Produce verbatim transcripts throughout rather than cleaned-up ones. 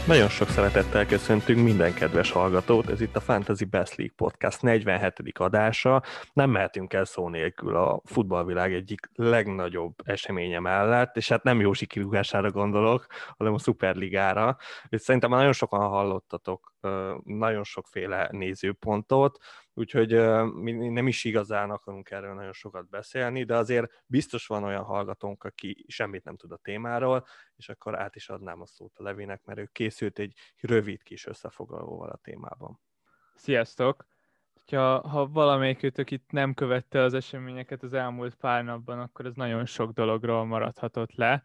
Nagyon sok szeretettel köszöntünk minden kedves hallgatót, ez itt a Fantasy Best League Podcast negyvenhetedik adása. Nem mehetünk el szó nélkül a futballvilág egyik legnagyobb eseménye mellett, és hát nem Józsi kirúgására gondolok, hanem a Szuperligára. És szerintem már nagyon sokan hallottatok nagyon sokféle nézőpontot, úgyhogy mi nem is igazán akarunk erről nagyon sokat beszélni, de azért biztos van olyan hallgatónk, aki semmit nem tud a témáról, és akkor át is adnám a szót a Levinek, mert ő készült egy rövid kis összefoglalóval a témában. Sziasztok! Ha, ha valamelyikőtök itt nem követte az eseményeket az elmúlt pár napban, akkor ez nagyon sok dologról maradhatott le.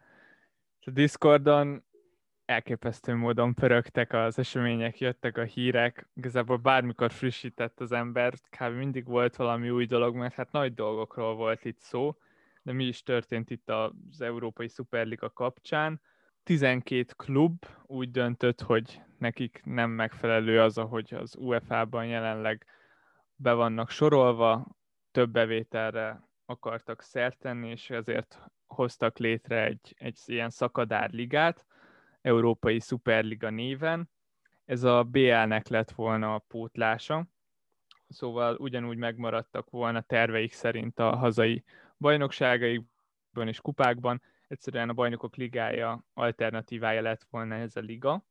A Discordon elképesztő módon pörögtek az események, jöttek a hírek, igazából bármikor frissített az ember, kb. Mindig volt valami új dolog, mert hát nagy dolgokról volt itt szó, de mi is történt itt az Európai Szuperliga kapcsán. tizenkét klub úgy döntött, hogy nekik nem megfelelő az, ahogy az u ef á-ban jelenleg be vannak sorolva, több bevételre akartak szert tenni, és ezért hoztak létre egy, egy ilyen szakadárligát, Európai Szuperliga néven. Ez a bé el-nek lett volna a pótlása, szóval ugyanúgy megmaradtak volna terveik szerint a hazai bajnokságaikban és kupákban, egyszerűen a bajnokok ligája alternatívája lett volna ez a liga.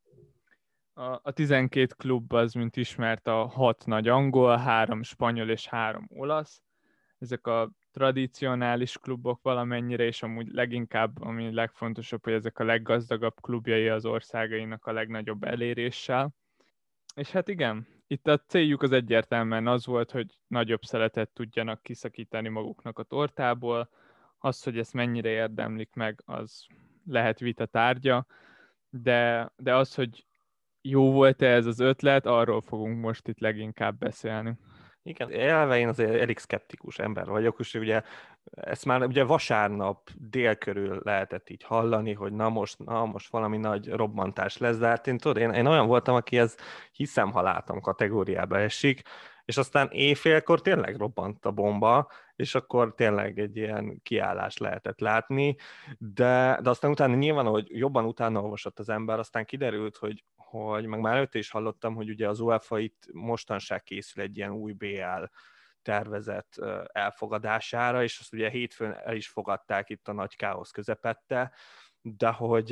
A, a tizenkét klub az, mint ismert, a hat nagy angol, három spanyol és három olasz. Ezek a tradicionális klubok valamennyire, és amúgy leginkább, ami legfontosabb, hogy ezek a leggazdagabb klubjai az országainak a legnagyobb eléréssel. És hát igen, itt a céljuk az egyértelműen az volt, hogy nagyobb szeletet tudjanak kiszakítani maguknak a tortából. Az, hogy ezt mennyire érdemlik meg, az lehet vita tárgya, de, de az, hogy jó volt-e ez az ötlet, arról fogunk most itt leginkább beszélni. Igen, eleve én azért elég szkeptikus ember vagyok, és ugye ezt már ugye vasárnap dél körül lehetett így hallani, hogy na most, na most valami nagy robbantás lesz, de hát én tudod, én, én olyan voltam, aki ez hiszem, ha látom kategóriába esik, és aztán éjfélkor tényleg robbant a bomba, és akkor tényleg egy ilyen kiállást lehetett látni, de, de aztán utána nyilván, hogy jobban utána olvasott az ember, aztán kiderült, hogy, hogy meg már előtte is hallottam, hogy ugye az u ef á itt mostanság készül egy ilyen új bé el tervezett elfogadására, és azt ugye hétfőn el is fogadták itt a nagy káosz közepette, de hogy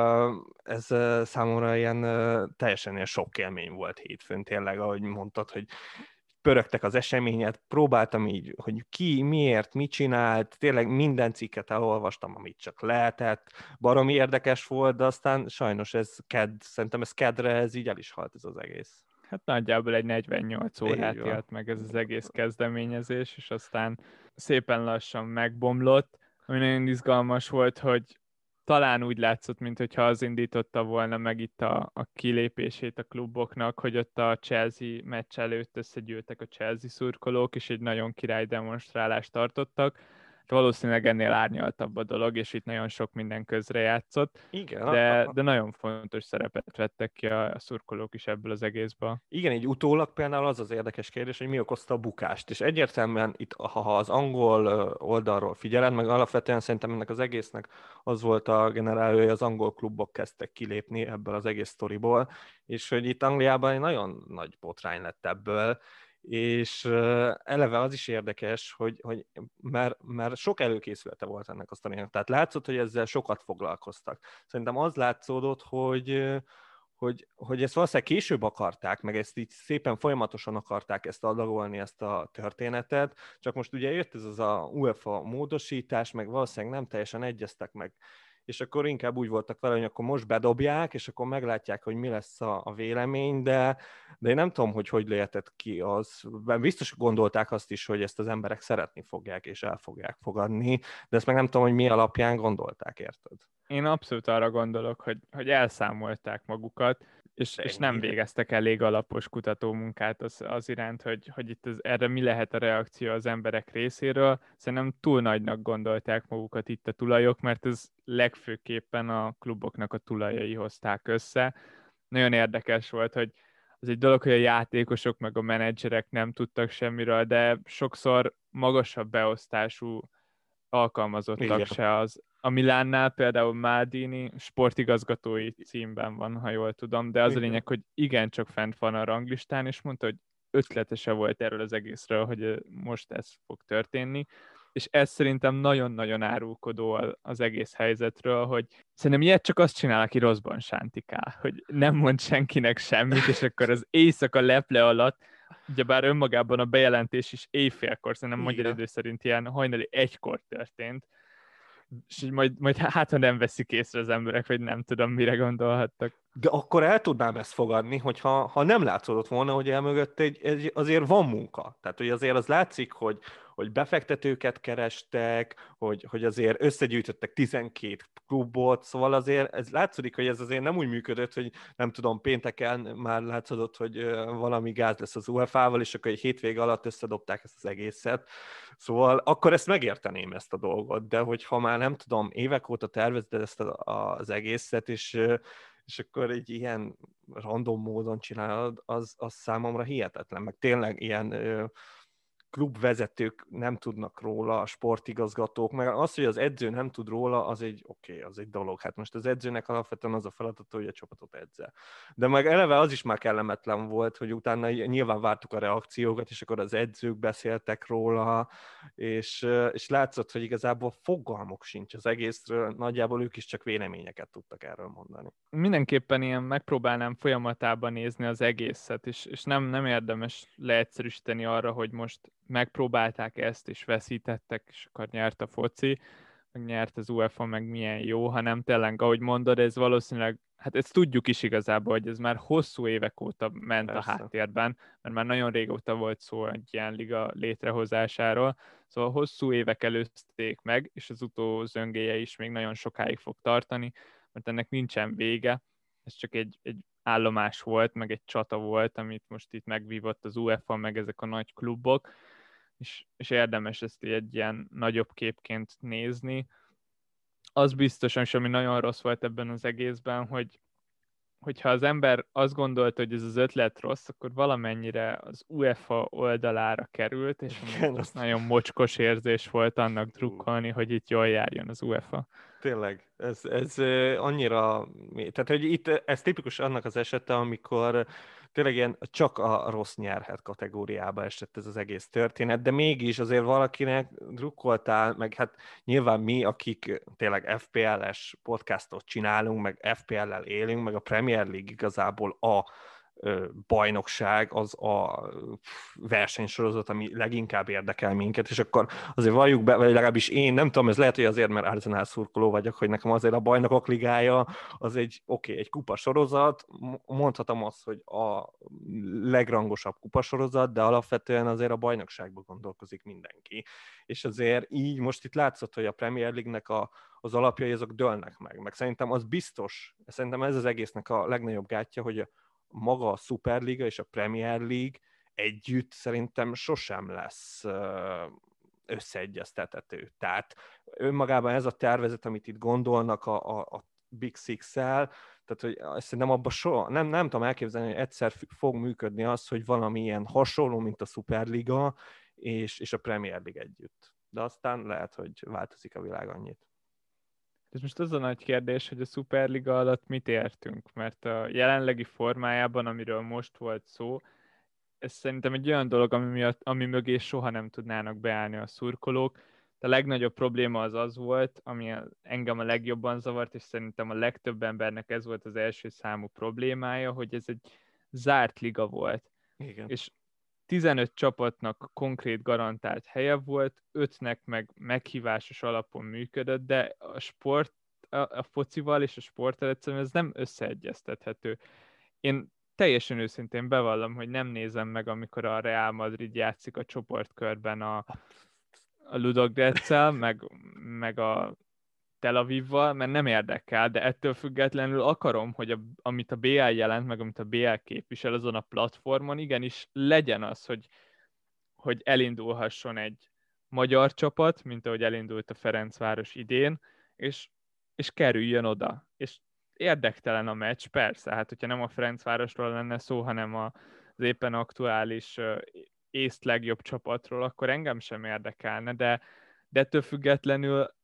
ez számomra ilyen teljesen ilyen sok élmény volt hétfőn, tényleg, ahogy mondtad, hogy pörögtek az eseményet, próbáltam így, hogy ki, miért, mit csinált, tényleg minden cikket elolvastam, amit csak lehetett, baromi érdekes volt, de aztán sajnos ez kedd, szerintem ez kedre, ez így el is halt ez az egész. Hát nagyjából egy negyvennyolc órát élt meg ez az egész kezdeményezés, és aztán szépen lassan megbomlott, ami nagyon izgalmas volt, hogy talán úgy látszott, mintha az indította volna meg itt a, a kilépését a kluboknak, hogy ott a Chelsea meccs előtt összegyűltek a Chelsea szurkolók, és egy nagyon király demonstrálást tartottak. Valószínűleg ennél árnyaltabb a dolog, és itt nagyon sok minden közrejátszott, Igen, de, a, a... de nagyon fontos szerepet vettek ki a, a szurkolók is ebből az egészből. Igen, így utólag például az az érdekes kérdés, hogy mi okozta a bukást, és egyértelműen itt, ha az angol oldalról figyeled, meg alapvetően szerintem ennek az egésznek az volt a generálója, hogy az angol klubok kezdtek kilépni ebből az egész sztoriból, és hogy itt Angliában egy nagyon nagy botrány lett ebből, és eleve az is érdekes, hogy, hogy mert, mert sok előkészülete volt ennek a sztorinak, tehát látszott, hogy ezzel sokat foglalkoztak. Szerintem az látszódott, hogy Hogy, hogy ezt valószínűleg később akarták, meg ezt így szépen folyamatosan akarták ezt adagolni, ezt a történetet, csak most ugye jött ez az a u ef á módosítás, meg valószínűleg nem teljesen egyeztek meg, és akkor inkább úgy voltak vele, hogy akkor most bedobják, és akkor meglátják, hogy mi lesz a, a vélemény, de, de én nem tudom, hogy hogy lehetett ki az. Biztos gondolták azt is, hogy ezt az emberek szeretni fogják, és el fogják fogadni, de ezt meg nem tudom, hogy mi alapján gondolták, érted? Én abszolút arra gondolok, hogy, hogy elszámolták magukat, és, és nem végeztek elég alapos kutatómunkát az, az iránt, hogy, hogy itt az, erre mi lehet a reakció az emberek részéről. Szerintem túl nagynak gondolták magukat itt a tulajok, mert ez legfőképpen a kluboknak a tulajai hozták össze. Nagyon érdekes volt, hogy az egy dolog, hogy a játékosok meg a menedzserek nem tudtak semmiről, de sokszor magasabb beosztású alkalmazottak Igen. se. Az, a Milánnál például Maldini sportigazgatói címben van, ha jól tudom, de az Igen. a lényeg, hogy igencsak fent van a ranglistán, és mondta, hogy ötletese volt erről az egészről, hogy most ez fog történni, és ez szerintem nagyon-nagyon árulkodó az egész helyzetről, hogy szerintem ilyet csak azt csinál, aki rosszban sántikál, hogy nem mond senkinek semmit, és akkor az éjszaka leple alatt, ugyebár önmagában a bejelentés is éjfélkor, szerintem magyar idő szerint ilyen hajnali egykor történt, és így majd, majd hát, ha nem veszik észre az emberek, vagy nem tudom, mire gondolhattak. De akkor el tudnám ezt fogadni, hogyha ha nem látszódott volna, hogy elmögött egy, egy, azért van munka. Tehát, hogy azért az látszik, hogy, hogy befektetőket kerestek, hogy, hogy azért összegyűjtöttek tizenkét klubot, szóval azért ez látszódik, hogy ez azért nem úgy működött, hogy nem tudom, pénteken már látszódott, hogy valami gáz lesz az u e fá-val, és akkor egy hétvége alatt összedobták ezt az egészet. Szóval akkor ezt megérteném, ezt a dolgot, de hogyha már nem tudom, évek óta tervezed ezt az egészet, és és akkor egy ilyen random módon csinálod, az, az számomra hihetetlen, meg tényleg ilyen ö, klubvezetők nem tudnak róla, a sportigazgatók, meg az, hogy az edző nem tud róla, az egy oké, okay, az egy dolog. Hát most az edzőnek alapvetően az a feladata, hogy a csapatot edze. De meg eleve az is már kellemetlen volt, hogy utána nyilván vártuk a reakciókat, és akkor az edzők beszéltek róla, és, és látszott, hogy igazából fogalmuk sincs az egészről, nagyjából ők is csak véleményeket tudtak erről mondani. Mindenképpen ilyen megpróbálnám folyamatában nézni az egészet, és, és nem, nem érdemes leegyszerűsíteni arra, hogy most megpróbálták ezt, és veszítettek, és akkor nyert a foci, meg nyert az u e fá, meg milyen jó, hanem tényleg, ahogy mondod, ez valószínűleg, hát ezt tudjuk is igazából, hogy ez már hosszú évek óta ment Persze. a háttérben, mert már nagyon régóta volt szó egy ilyen liga létrehozásáról, szóval hosszú évek előzték meg, és az utózöngéje is még nagyon sokáig fog tartani, mert ennek nincsen vége, ez csak egy, egy állomás volt, meg egy csata volt, amit most itt megvívott az u e fá, meg ezek a nagy klubok, és, és érdemes ezt egy ilyen nagyobb képként nézni. Az biztosan, és ami nagyon rossz volt ebben az egészben, hogy hogyha az ember azt gondolta, hogy ez az ötlet rossz, akkor valamennyire az u e fá oldalára került, és Igen, az nagyon mocskos érzés volt annak drukkolni, hogy itt jól járjon az u e fá. Tényleg, ez, ez annyira, tehát hogy itt ez tipikus annak az esete, amikor tényleg ilyen csak a rossz nyerhet kategóriába esett ez az egész történet, de mégis azért valakinek drukkoltál, meg hát nyilván mi, akik tényleg ef pé el-es podcastot csinálunk, meg ef pé el-lel élünk, meg a Premier League igazából a bajnokság, az a versenysorozat, ami leginkább érdekel minket, és akkor azért valljuk be, vagy legalábbis én, nem tudom, ez lehet, hogy azért, mert Arsenal szurkoló vagyok, hogy nekem azért a bajnokok ligája, az egy, oké, okay, egy kupasorozat, mondhatom azt, hogy a legrangosabb kupasorozat, de alapvetően azért a bajnokságban gondolkozik mindenki. És azért így most itt látszott, hogy a Premier League-nek a, az alapjai azok dőlnek meg, meg szerintem az biztos, szerintem ez az egésznek a legnagyobb gátja, hogy maga a Superliga és a Premier League együtt szerintem sosem lesz összeegyeztethető. Tehát önmagában ez a tervezet, amit itt gondolnak a, a, a Big Six-el, tehát hogy szerintem abban soha, nem, nem tudom elképzelni, hogy egyszer fog működni az, hogy valami ilyen hasonló, mint a Superliga és, és a Premier League együtt. De aztán lehet, hogy változik a világ annyit. És most az a nagy kérdés, hogy a Superliga alatt mit értünk, mert a jelenlegi formájában, amiről most volt szó, ez szerintem egy olyan dolog, ami, miatt, ami mögé soha nem tudnának beállni a szurkolók. A legnagyobb probléma az az volt, ami engem a legjobban zavart, és szerintem a legtöbb embernek ez volt az első számú problémája, hogy ez egy zárt liga volt. Igen. És tizenöt csapatnak konkrét garantált helye volt, ötnek meg meghívásos alapon működött, de a sport, a, a focival és a sporttal egyszerűen ez nem összeegyeztethető. Én teljesen őszintén bevallom, hogy nem nézem meg, amikor a Real Madrid játszik a csoportkörben a, a Ludogoretszel, meg, meg a Tel Avivval, mert nem érdekel, de ettől függetlenül akarom, hogy a, amit a bé el jelent, meg amit a bé el képvisel azon a platformon, igenis legyen az, hogy, hogy elindulhasson egy magyar csapat, mint ahogy elindult a Ferencváros idén, és, és kerüljön oda. És érdektelen a meccs, persze, hát hogyha nem a Ferencvárosról lenne szó, hanem az éppen aktuális észt legjobb csapatról, akkor engem sem érdekelne, de De ettől függetlenül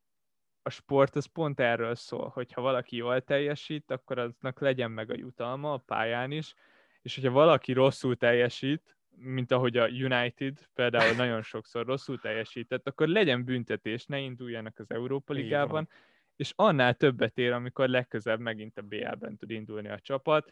a sport az pont erről szól, hogy ha valaki jól teljesít, akkor aznak legyen meg a jutalma a pályán is, és hogyha valaki rosszul teljesít, mint ahogy a United például nagyon sokszor rosszul teljesített, akkor legyen büntetés, ne induljanak az Európa Ligában, és annál többet ér, amikor legközelebb megint a bé el-ben tud indulni a csapat.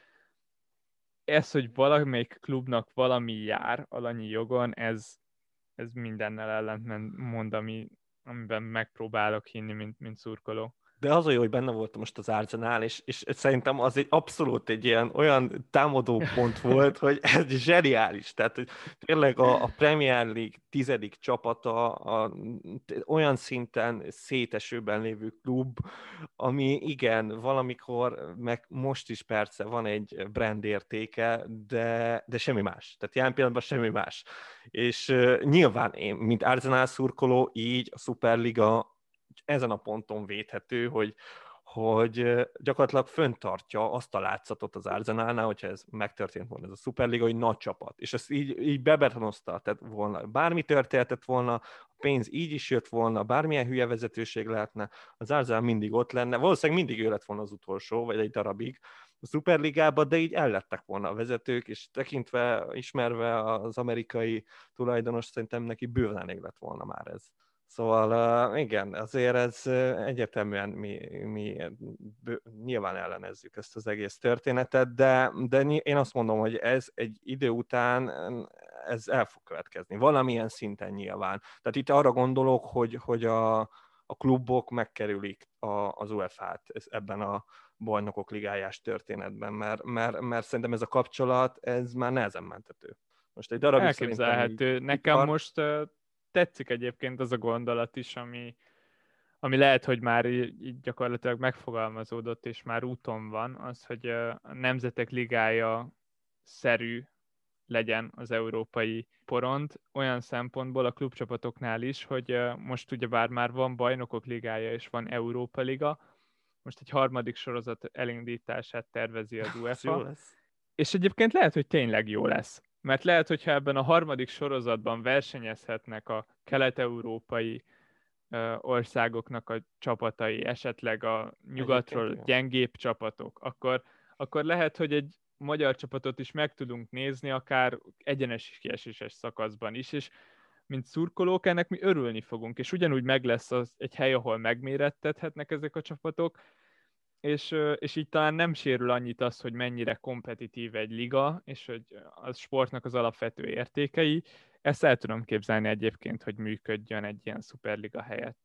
Ez, hogy valamelyik klubnak valami jár alanyi jogon, ez, ez mindennel ellentmond, ami, amiben megpróbálok hinni, mint, mint szurkoló. De az olyan, hogy benne voltam most az Arsenal, és, és szerintem az egy abszolút egy ilyen olyan támadó pont volt, hogy ez zseniális. Tehát hogy tényleg a, a Premier League tizedik csapata a, olyan szinten szétesőben lévő klub, ami igen, valamikor, meg most is persze van egy brand értéke, de, de semmi más. Tehát jelen pillanatban semmi más. És uh, nyilván én, mint Arsenal szurkoló, így a Superliga ezen a ponton védhető, hogy, hogy gyakorlatilag föntartja azt a látszatot az Arsenalnál, hogyha ez megtörtént volna, ez a Superliga, hogy nagy csapat. És ezt így, így bebetonozta, tehát volna, bármi történhetett volna, a pénz így is jött volna, bármilyen hülye vezetőség lehetne, az Arsenal mindig ott lenne, valószínűleg mindig ő lett volna az utolsó, vagy egy darabig a Superligában, de így ellettek volna a vezetők, és tekintve, ismerve az amerikai tulajdonos, szerintem neki bőven elég lett volna már ez. Szóval uh, igen, azért ez uh, egyértelműen mi, mi bő, nyilván ellenezzük ezt az egész történetet, de, de én azt mondom, hogy ez egy idő után ez el fog következni. Valamilyen szinten nyilván. Tehát itt arra gondolok, hogy, hogy a, a klubok megkerülik a, az u ef á-t ebben a bajnokok ligájás történetben, mert, mert, mert szerintem ez a kapcsolat, ez már nehezen menthető. Most egy darabig elképzelhető. Így, Nekem part... most uh, tetszik egyébként az a gondolat is, ami, ami lehet, hogy már így gyakorlatilag megfogalmazódott, és már úton van, az, hogy uh, a Nemzetek Ligája szerű legyen az európai porond, olyan szempontból a klubcsapatoknál is, hogy uh, most ugyebár már van Bajnokok Ligája és van Európa Liga, most egy harmadik sorozat elindítását tervezi az u ef á, és egyébként lehet, hogy tényleg jó lesz. Mert lehet, hogyha ebben a harmadik sorozatban versenyezhetnek a kelet-európai ö, országoknak a csapatai, esetleg a nyugatról gyengébb csapatok, akkor, akkor lehet, hogy egy magyar csapatot is meg tudunk nézni, akár egyenes kieséses szakaszban is, és mint szurkolók ennek mi örülni fogunk, és ugyanúgy meg lesz az egy hely, ahol megmérettethetnek ezek a csapatok, és, és így talán nem sérül annyit az, hogy mennyire kompetitív egy liga, és hogy a sportnak az alapvető értékei. Ezt el tudom képzelni egyébként, hogy működjön egy ilyen szuperliga helyett.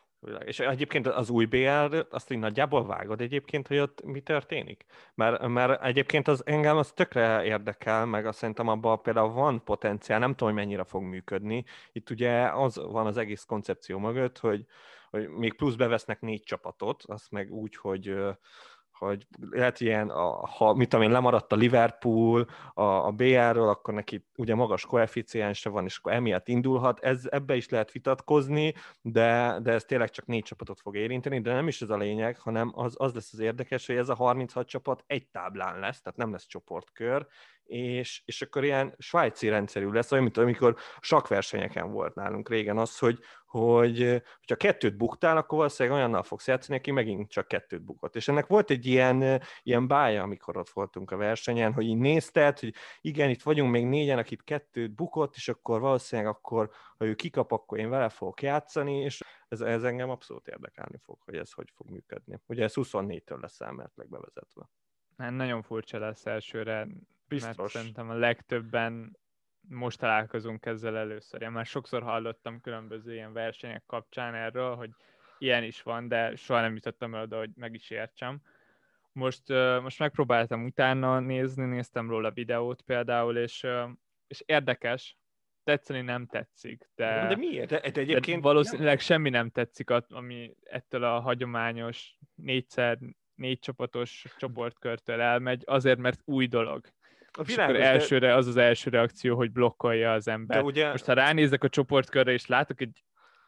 És egyébként az új bé el, azt így nagyjából vágod egyébként, hogy ott mi történik? Mert, mert egyébként az engem az tökre érdekel, meg azt szerintem abban például van potenciál, nem tudom, hogy mennyire fog működni. Itt ugye az van az egész koncepció mögött, hogy, hogy még plusz bevesznek négy csapatot, azt meg úgy, hogy hogy lehet ilyen, a, ha mit tudom én, lemaradt a Liverpool a, a bé el-ről, akkor neki ugye magas koeficiense van, és akkor emiatt indulhat. Ez, ebbe is lehet vitatkozni, de, de ez tényleg csak négy csapatot fog érinteni, de nem is ez a lényeg, hanem az, az lesz az érdekes, hogy ez a harminchat csapat egy táblán lesz, tehát nem lesz csoportkör, és, és akkor ilyen svájci rendszerű lesz, olyan, mint amikor sakkversenyeken volt nálunk régen az, hogy, hogy hogyha kettőt buktál, akkor valószínűleg olyannal fogsz játszani, aki megint csak kettőt bukott. És ennek volt egy ilyen, ilyen bája, amikor ott voltunk a versenyen, hogy így nézted, hogy igen, itt vagyunk még négyen, akit kettőt bukott, és akkor valószínűleg akkor, ha ő kikap, akkor én vele fogok játszani, és ez, ez engem abszolút érdekelni fog, hogy ez hogy fog működni. Ugye ez huszonnégytől lesz elméletileg bevezetve. Hát nagyon furcsa lesz elsőre, biztos. Mert szerintem a legtöbben most találkozunk ezzel először. Én már sokszor hallottam különböző ilyen versenyek kapcsán erről, hogy ilyen is van, de soha nem jutottam el oda, hogy meg is értsem. Most, most megpróbáltam utána nézni, néztem róla videót például, és, és érdekes, tetszeni nem tetszik, de, de miért? De, de egyébként de valószínűleg semmi nem tetszik, ami ettől a hagyományos négyszer négy csapatos csoportkörtől elmegy, azért, mert új dolog. A és akkor elsőre de... az az első reakció, hogy blokkolja az ember. Ugye... Most ha ránézek a csoportkörre, és látok egy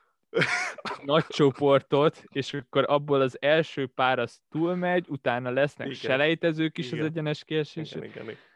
nagy csoportot, és akkor abból az első pár az túlmegy, utána lesznek igen. selejtezők is igen. az egyenes kiesés. Igen, igen, igen.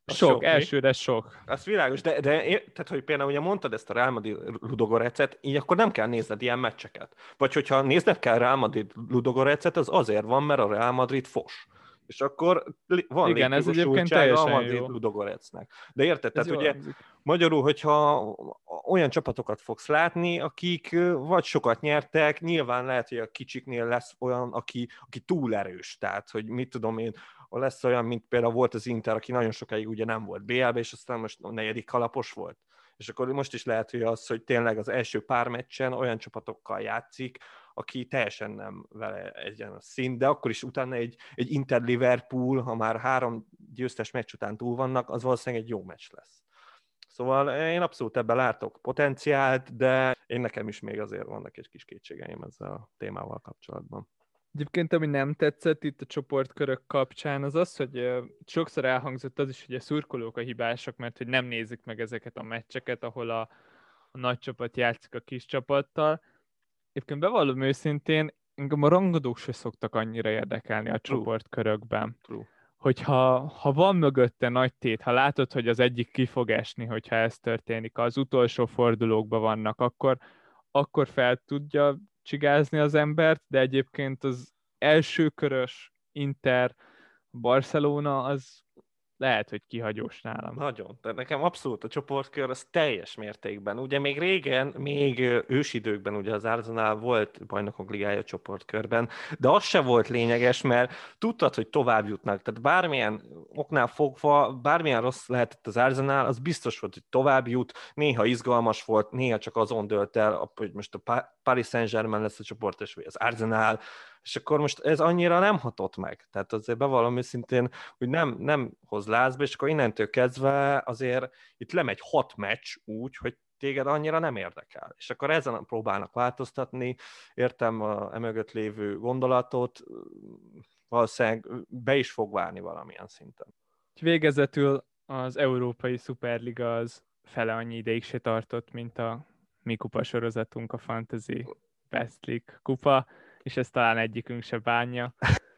Az Sok, sok, mi? elsőre sok. Az világos, de, de én- tehát, hogy például ugye mondtad ezt a Real Madrid Ludogorecet, így akkor nem kell nézned ilyen meccseket. Vagy hogyha nézned kell Real Madrid Ludogorecet, az azért van, mert a Real Madrid fos. És akkor li- van Igen, ez egyébként létjogosultsága a teljesen Madrid jó. Ludogorecnek. De érted? Ez Tehát jól ugye hangzik. magyarul, hogyha olyan csapatokat fogsz látni, akik ö, vagy sokat nyertek, nyilván lehet, hogy a kicsiknél lesz olyan, aki, aki túl erős. Tehát, hogy mit tudom én, lesz olyan, mint például volt az Inter, aki nagyon sokáig ugye nem volt bé el-be, és aztán most a negyedik kalapos volt. És akkor most is lehet, hogy az, hogy tényleg az első pár meccsen olyan csapatokkal játszik, aki teljesen nem vele egyen a szint, de akkor is utána egy, egy Inter-Liverpool, ha már három győztes meccs után túl vannak, az valószínűleg egy jó meccs lesz. Szóval én abszolút ebben látok potenciált, de én nekem is még azért vannak egy kis kétségeim ezzel a témával kapcsolatban. Egyébként, ami nem tetszett itt a csoportkörök kapcsán, az az, hogy ö, sokszor elhangzott az is, hogy a szurkolók a hibások, mert hogy nem nézik meg ezeket a meccseket, ahol a, a nagy csapat játszik a kis csapattal. Egyébként bevallom őszintén, engem a rangadók se szoktak annyira érdekelni a True. csoportkörökben. True. Hogyha ha van mögötte nagy tét, ha látod, hogy az egyik ki fog esni, hogyha ez történik, az utolsó fordulókban vannak, akkor, akkor fel tudja csigázni az embert, de egyébként az elsőkörös Inter, Barcelona, az lehet, hogy kihagyós nálam. Nagyon. De nekem abszolút a csoportkör az teljes mértékben. Ugye még régen, még ö, ősidőkben ugye az Arsenal volt bajnokok ligája csoportkörben, de az se volt lényeges, mert tudtad, hogy tovább jutnak. Tehát bármilyen oknál fogva, bármilyen rossz lehetett az Arsenal, az biztos volt, hogy tovább jut. Néha izgalmas volt, néha csak azon dölt el, hogy most a Paris Saint-Germain lesz a csoportos, vagy az Arsenal, és akkor most ez annyira nem hatott meg. Tehát azért bevallom őszintén, hogy nem, nem hoz lázba, és akkor innentől kezdve azért itt lemegy hat meccs úgy, hogy téged annyira nem érdekel. És akkor ezen próbálnak változtatni, értem a emögött lévő gondolatot, valószínűleg be is fog válni valamilyen szinten. Végezetül az Európai Szuperliga az fele annyi ideig se tartott, mint a mi kupa sorozatunk, a Fantasy Best League kupa, és ezt talán egyikünk se bánja.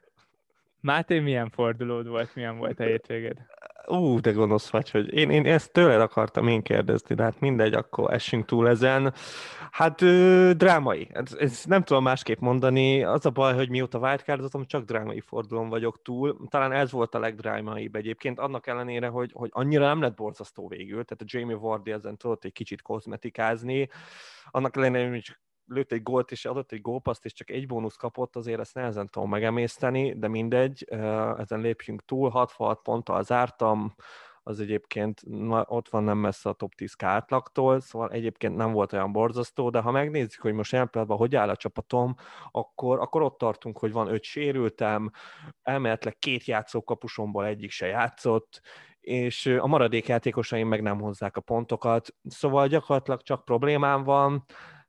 Máté, milyen fordulód volt, milyen volt a hétvéged? Ú, de gonosz vagy, hogy én, én ezt tőled akartam én kérdezni, de hát mindegy, akkor essünk túl ezen. Hát ö, drámai, ez, ez nem tudom másképp mondani, az a baj, hogy mióta wildcardozom, csak drámai fordulón vagyok túl, talán ez volt a legdrámaibb egyébként, annak ellenére, hogy, hogy annyira nem lett borzasztó végül, tehát a Jamie Vardy ezen tudott egy kicsit kozmetikázni, annak ellenére, hogy csak lőtt egy gólt és adott egy gólpaszt, és csak egy bónusz kapott, azért ezt nehezen tudom megemészteni, de mindegy, ezen lépjünk túl, hatvanhat ponttal zártam, az egyébként ott van nem messze a top tíz átlagtól, szóval egyébként nem volt olyan borzasztó, de ha megnézzük, hogy most jelen pillanatban hogy áll a csapatom, akkor, akkor ott tartunk, hogy van öt sérültem, elméletileg két játszókapusomból egyik se játszott, és a maradék játékosaim meg nem hozzák a pontokat, szóval gyakorlatilag csak problémám van,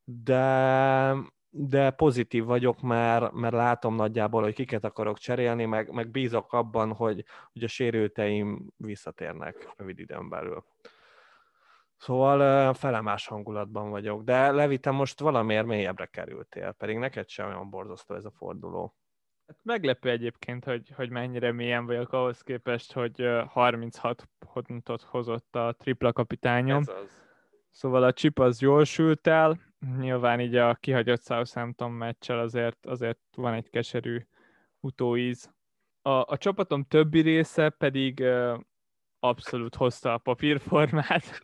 de, de pozitív vagyok, mert, mert látom nagyjából, hogy kiket akarok cserélni, meg, meg bízok abban, hogy, hogy a sérülteim visszatérnek rövid időn belül. Szóval felemás hangulatban vagyok, de Levi, te most valamiért mélyebbre kerültél, pedig neked sem olyan borzasztó ez a forduló. Hát meglepő egyébként, hogy, hogy mennyire mélyen vagyok ahhoz képest, hogy harminchat pontot hozott a tripla kapitányom. Ez az. Szóval a chip az jól sült el, nyilván így a kihagyott Southampton meccsel azért, azért van egy keserű utóíz. A, a csapatom többi része pedig uh, abszolút hozta a papírformát.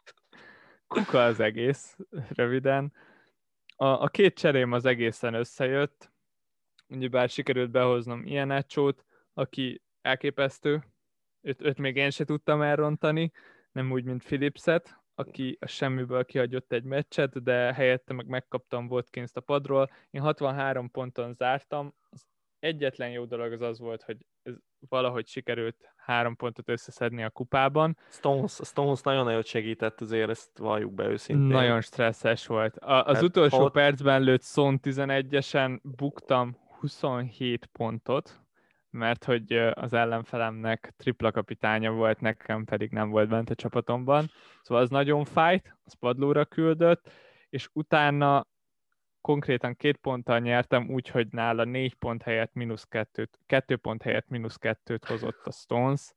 Kuka az egész, röviden. A, a két cserém az egészen összejött, ugyebár sikerült behoznom ilyen Ecsót, aki elképesztő, őt, őt még én se tudtam elrontani, nem úgy, mint Philipset, aki a semmiből kihagyott egy meccset, de helyette meg megkaptam Watkins-t a padról. Én hatvanhárom ponton zártam. Az egyetlen jó dolog az az volt, hogy ez valahogy sikerült három pontot összeszedni a kupában. Stones, Stones nagyon nagyot segített, azért ezt valljuk be őszintén. Nagyon stresszes volt. A, az hát, utolsó ott... percben lőtt Son tizenegyesen, buktam huszonhét pontot, mert hogy az ellenfelemnek tripla kapitánya volt, nekem pedig nem volt bent a csapatomban. Szóval az nagyon fájt, az padlóra küldött, és utána konkrétan két ponttal nyertem, úgyhogy nála négy pont helyett mínusz kettőt, kettő pont helyett mínusz kettőt hozott a Stones.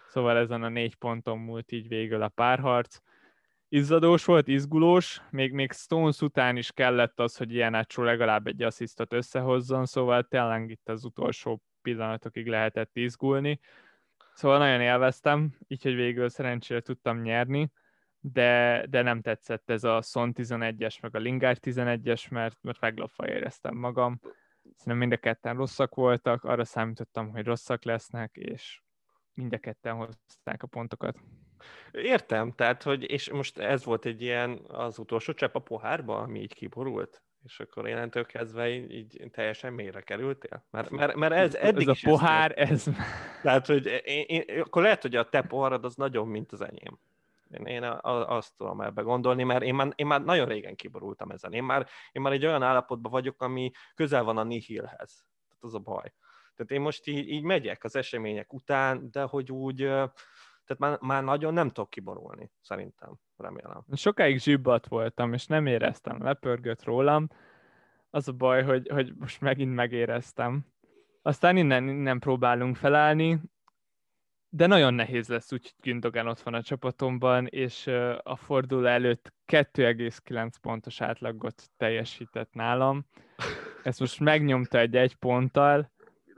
Szóval ezen a négy ponton múlt így végül a párharc. Izzadós volt, izgulós, még, még Stones után is kellett az, hogy ilyen átról legalább egy asszisztot összehozzon, szóval tényleg itt az utolsó pillanatokig lehetett izgulni. Szóval nagyon élveztem, így, hogy végül szerencsére tudtam nyerni, de, de nem tetszett ez a Son tizenegyes, meg a Lingard tizenegyes, mert, mert meglopva éreztem magam. Szerintem mind a ketten rosszak voltak, arra számítottam, hogy rosszak lesznek, és mind a ketten hozták a pontokat. Értem, tehát, hogy, és most ez volt egy ilyen az utolsó csepp a pohárba, ami így kiborult, és akkor innentől kezdve így, így teljesen mélyre kerültél? Mert, mert, mert ez eddig ez is a pohár, ez... Tehát, hogy én, én, akkor lehet, hogy a te poharad az nagyon, mint az enyém. Én, én azt tudom ebbe gondolni, mert én már, én már nagyon régen kiborultam ezen. Én már, én már egy olyan állapotban vagyok, ami közel van a nihilhez. Tehát az a baj. Tehát én most így, így megyek az események után, de hogy úgy, tehát már, már nagyon nem tudok kiborulni, szerintem, remélem. Sokáig zsibbat voltam, és nem éreztem, lepörgött rólam. Az a baj, hogy, hogy most megint megéreztem. Aztán innen, innen próbálunk felállni, de nagyon nehéz lesz, úgyhogy Gündogan ott van a csapatomban, és a forduló előtt kettő egész kilenc pontos átlagot teljesített nálam. Ezt most megnyomta egy egy ponttal.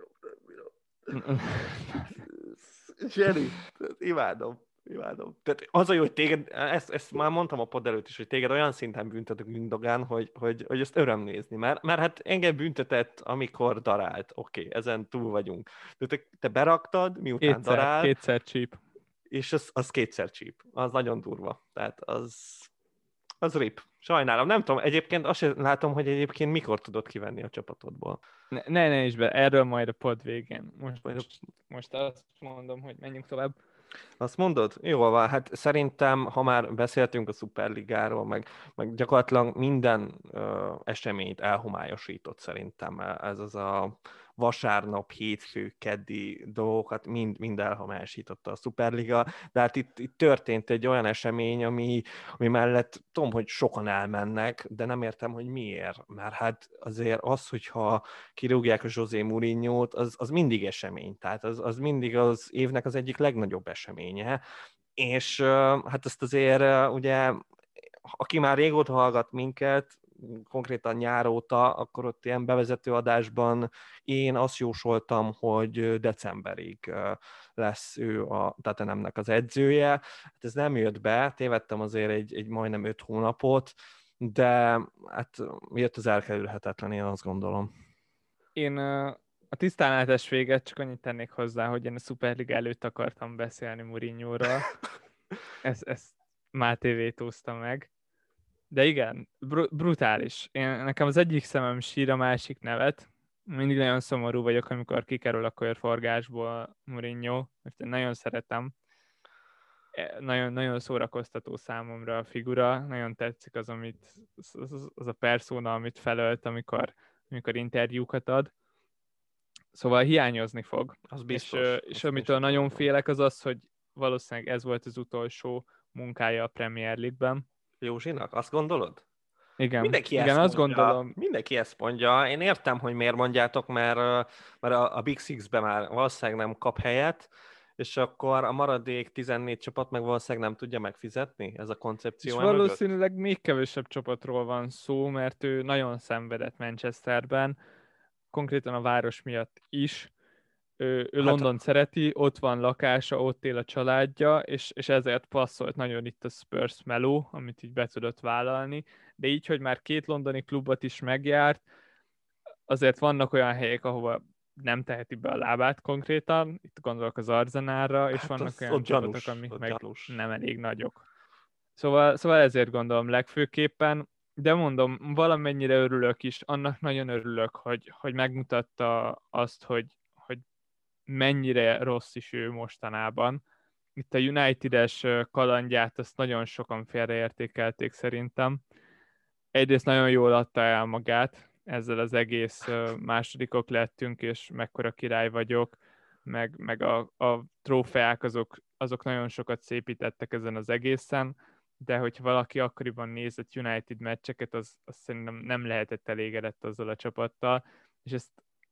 Zseni, imádom. Imádom. Tehát az a jó, hogy téged, ezt, ezt már mondtam a pod előtt is, hogy téged olyan szinten büntet a Gündogan, hogy, hogy, hogy ezt öröm nézni. Mert, mert hát engem büntetett, amikor darált. Oké, okay, ezen túl vagyunk. De te, te beraktad, miután kétszer, darált. Kétszer csíp. És az, az kétszer csíp. Az nagyon durva. Tehát az, az rip. Sajnálom. Nem tudom, egyébként azt sem látom, hogy egyébként mikor tudod kivenni a csapatodból. Ne, ne, ne is be, erről majd a pod végén. Most, most, most azt mondom, hogy menjünk tovább. Azt mondod? Jól van, hát szerintem, ha már beszéltünk a Szuperligáról, meg, meg gyakorlatilag minden ö, eseményt elhomályosított szerintem ez az a vasárnap, hétfő, keddi dolgokat mind, mind elhomályosította a Szuperliga, de hát itt, itt történt egy olyan esemény, ami, ami mellett tudom, hogy sokan elmennek, de nem értem, hogy miért, mert hát azért az, hogyha kirúgják a José Mourinho-t, az, az mindig esemény, tehát az, az mindig az évnek az egyik legnagyobb eseménye, és hát ezt azért ugye, aki már régóta hallgat minket, konkrétan nyár óta, akkor ott ilyen bevezető adásban én azt jósoltam, hogy decemberig lesz ő a Tottenhamnek az edzője. Hát ez nem jött be, tévedtem azért egy, egy majdnem öt hónapot, de hát jött az elkerülhetetlen, én azt gondolom. Én a tisztánlátás véget csak annyit tennék hozzá, hogy én a Superliga előtt akartam beszélni Mourinho-ról. Ezt, ezt Máté vétózta meg. De igen, br- brutális. Én, nekem az egyik szemem sír, a másik nevet. Mindig nagyon szomorú vagyok, amikor kikerül a körforgásból Mourinho, mert én nagyon szeretem. Nagyon, nagyon szórakoztató számomra a figura, nagyon tetszik az, amit, az, az a persona, amit felölt, amikor, amikor interjúkat ad. Szóval hiányozni fog. Az biztos. És, és amitől nagyon félek az az, hogy valószínűleg ez volt az utolsó munkája a Premier League-ben. Józsinak, azt gondolod? Igen, Mindenki igen ezt azt mondja. gondolom. Mindenki ezt mondja. Én értem, hogy miért mondjátok, mert, mert a, a Big Six-ben már valószínűleg nem kap helyet, és akkor a maradék tizennégy csapat meg valószínűleg nem tudja megfizetni, ez a koncepció. És valószínűleg mögött? Még kevesebb csapatról van szó, mert ő nagyon szenvedett Manchesterben, konkrétan a város miatt is. Ő, ő hát London a... szereti, ott van lakása, ott él a családja, és, és ezért passzolt nagyon itt a Spurs meló, amit így be tudott vállalni, de így, hogy már két londoni klubot is megjárt, azért vannak olyan helyek, ahova nem teheti be a lábát konkrétan, itt gondolok az Arzenálra, és hát vannak olyan csapatok, amik meg gyanús. Nem elég nagyok. Szóval, szóval ezért gondolom legfőképpen, de mondom, valamennyire örülök is, annak nagyon örülök, hogy, hogy megmutatta azt, hogy, hogy mennyire rossz is ő mostanában. Itt a United-es kalandját azt nagyon sokan félreértékelték szerintem. Egyrészt nagyon jól adta el magát, ezzel az egész másodikok lettünk, és mekkora király vagyok, meg, meg a, a trófeák azok, azok nagyon sokat szépítettek ezen az egészen, de hogyha valaki akkoriban nézett United meccseket, az, az szerintem nem lehetett elégedett azzal a csapattal, és ezt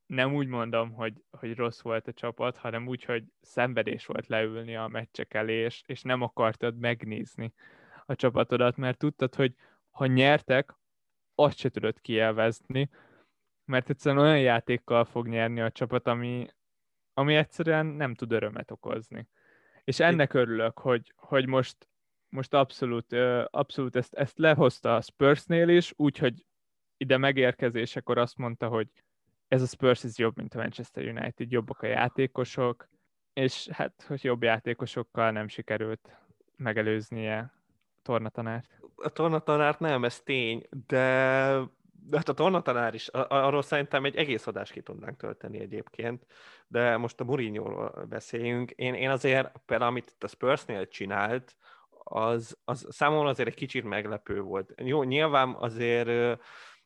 nem úgy mondom, hogy, hogy rossz volt a csapat, hanem úgy, hogy szenvedés volt leülni a meccsek elé, és, és nem akartad megnézni a csapatodat, mert tudtad, hogy ha nyertek, azt se tudod kielvezni, mert egyszerűen olyan játékkal fog nyerni a csapat, ami, ami egyszerűen nem tud örömet okozni. És ennek örülök, hogy, hogy most, most abszolút, abszolút ezt, ezt lehozta a Spursnél is, úgyhogy ide megérkezésekor azt mondta, hogy ez a Spurs ez jobb, mint a Manchester United, jobbak a játékosok, és hát, hogy jobb játékosokkal nem sikerült megelőznie a tornatanárt. A tornatanárt nem, ez tény, de, de hát a tornatanár is, arról szerintem egy egész adást ki tudnánk tölteni egyébként, de most a Mourinho-ról beszéljünk. Én, én azért, például amit itt a Spursnél csinált, az, az számomra azért egy kicsit meglepő volt. Jó, nyilván azért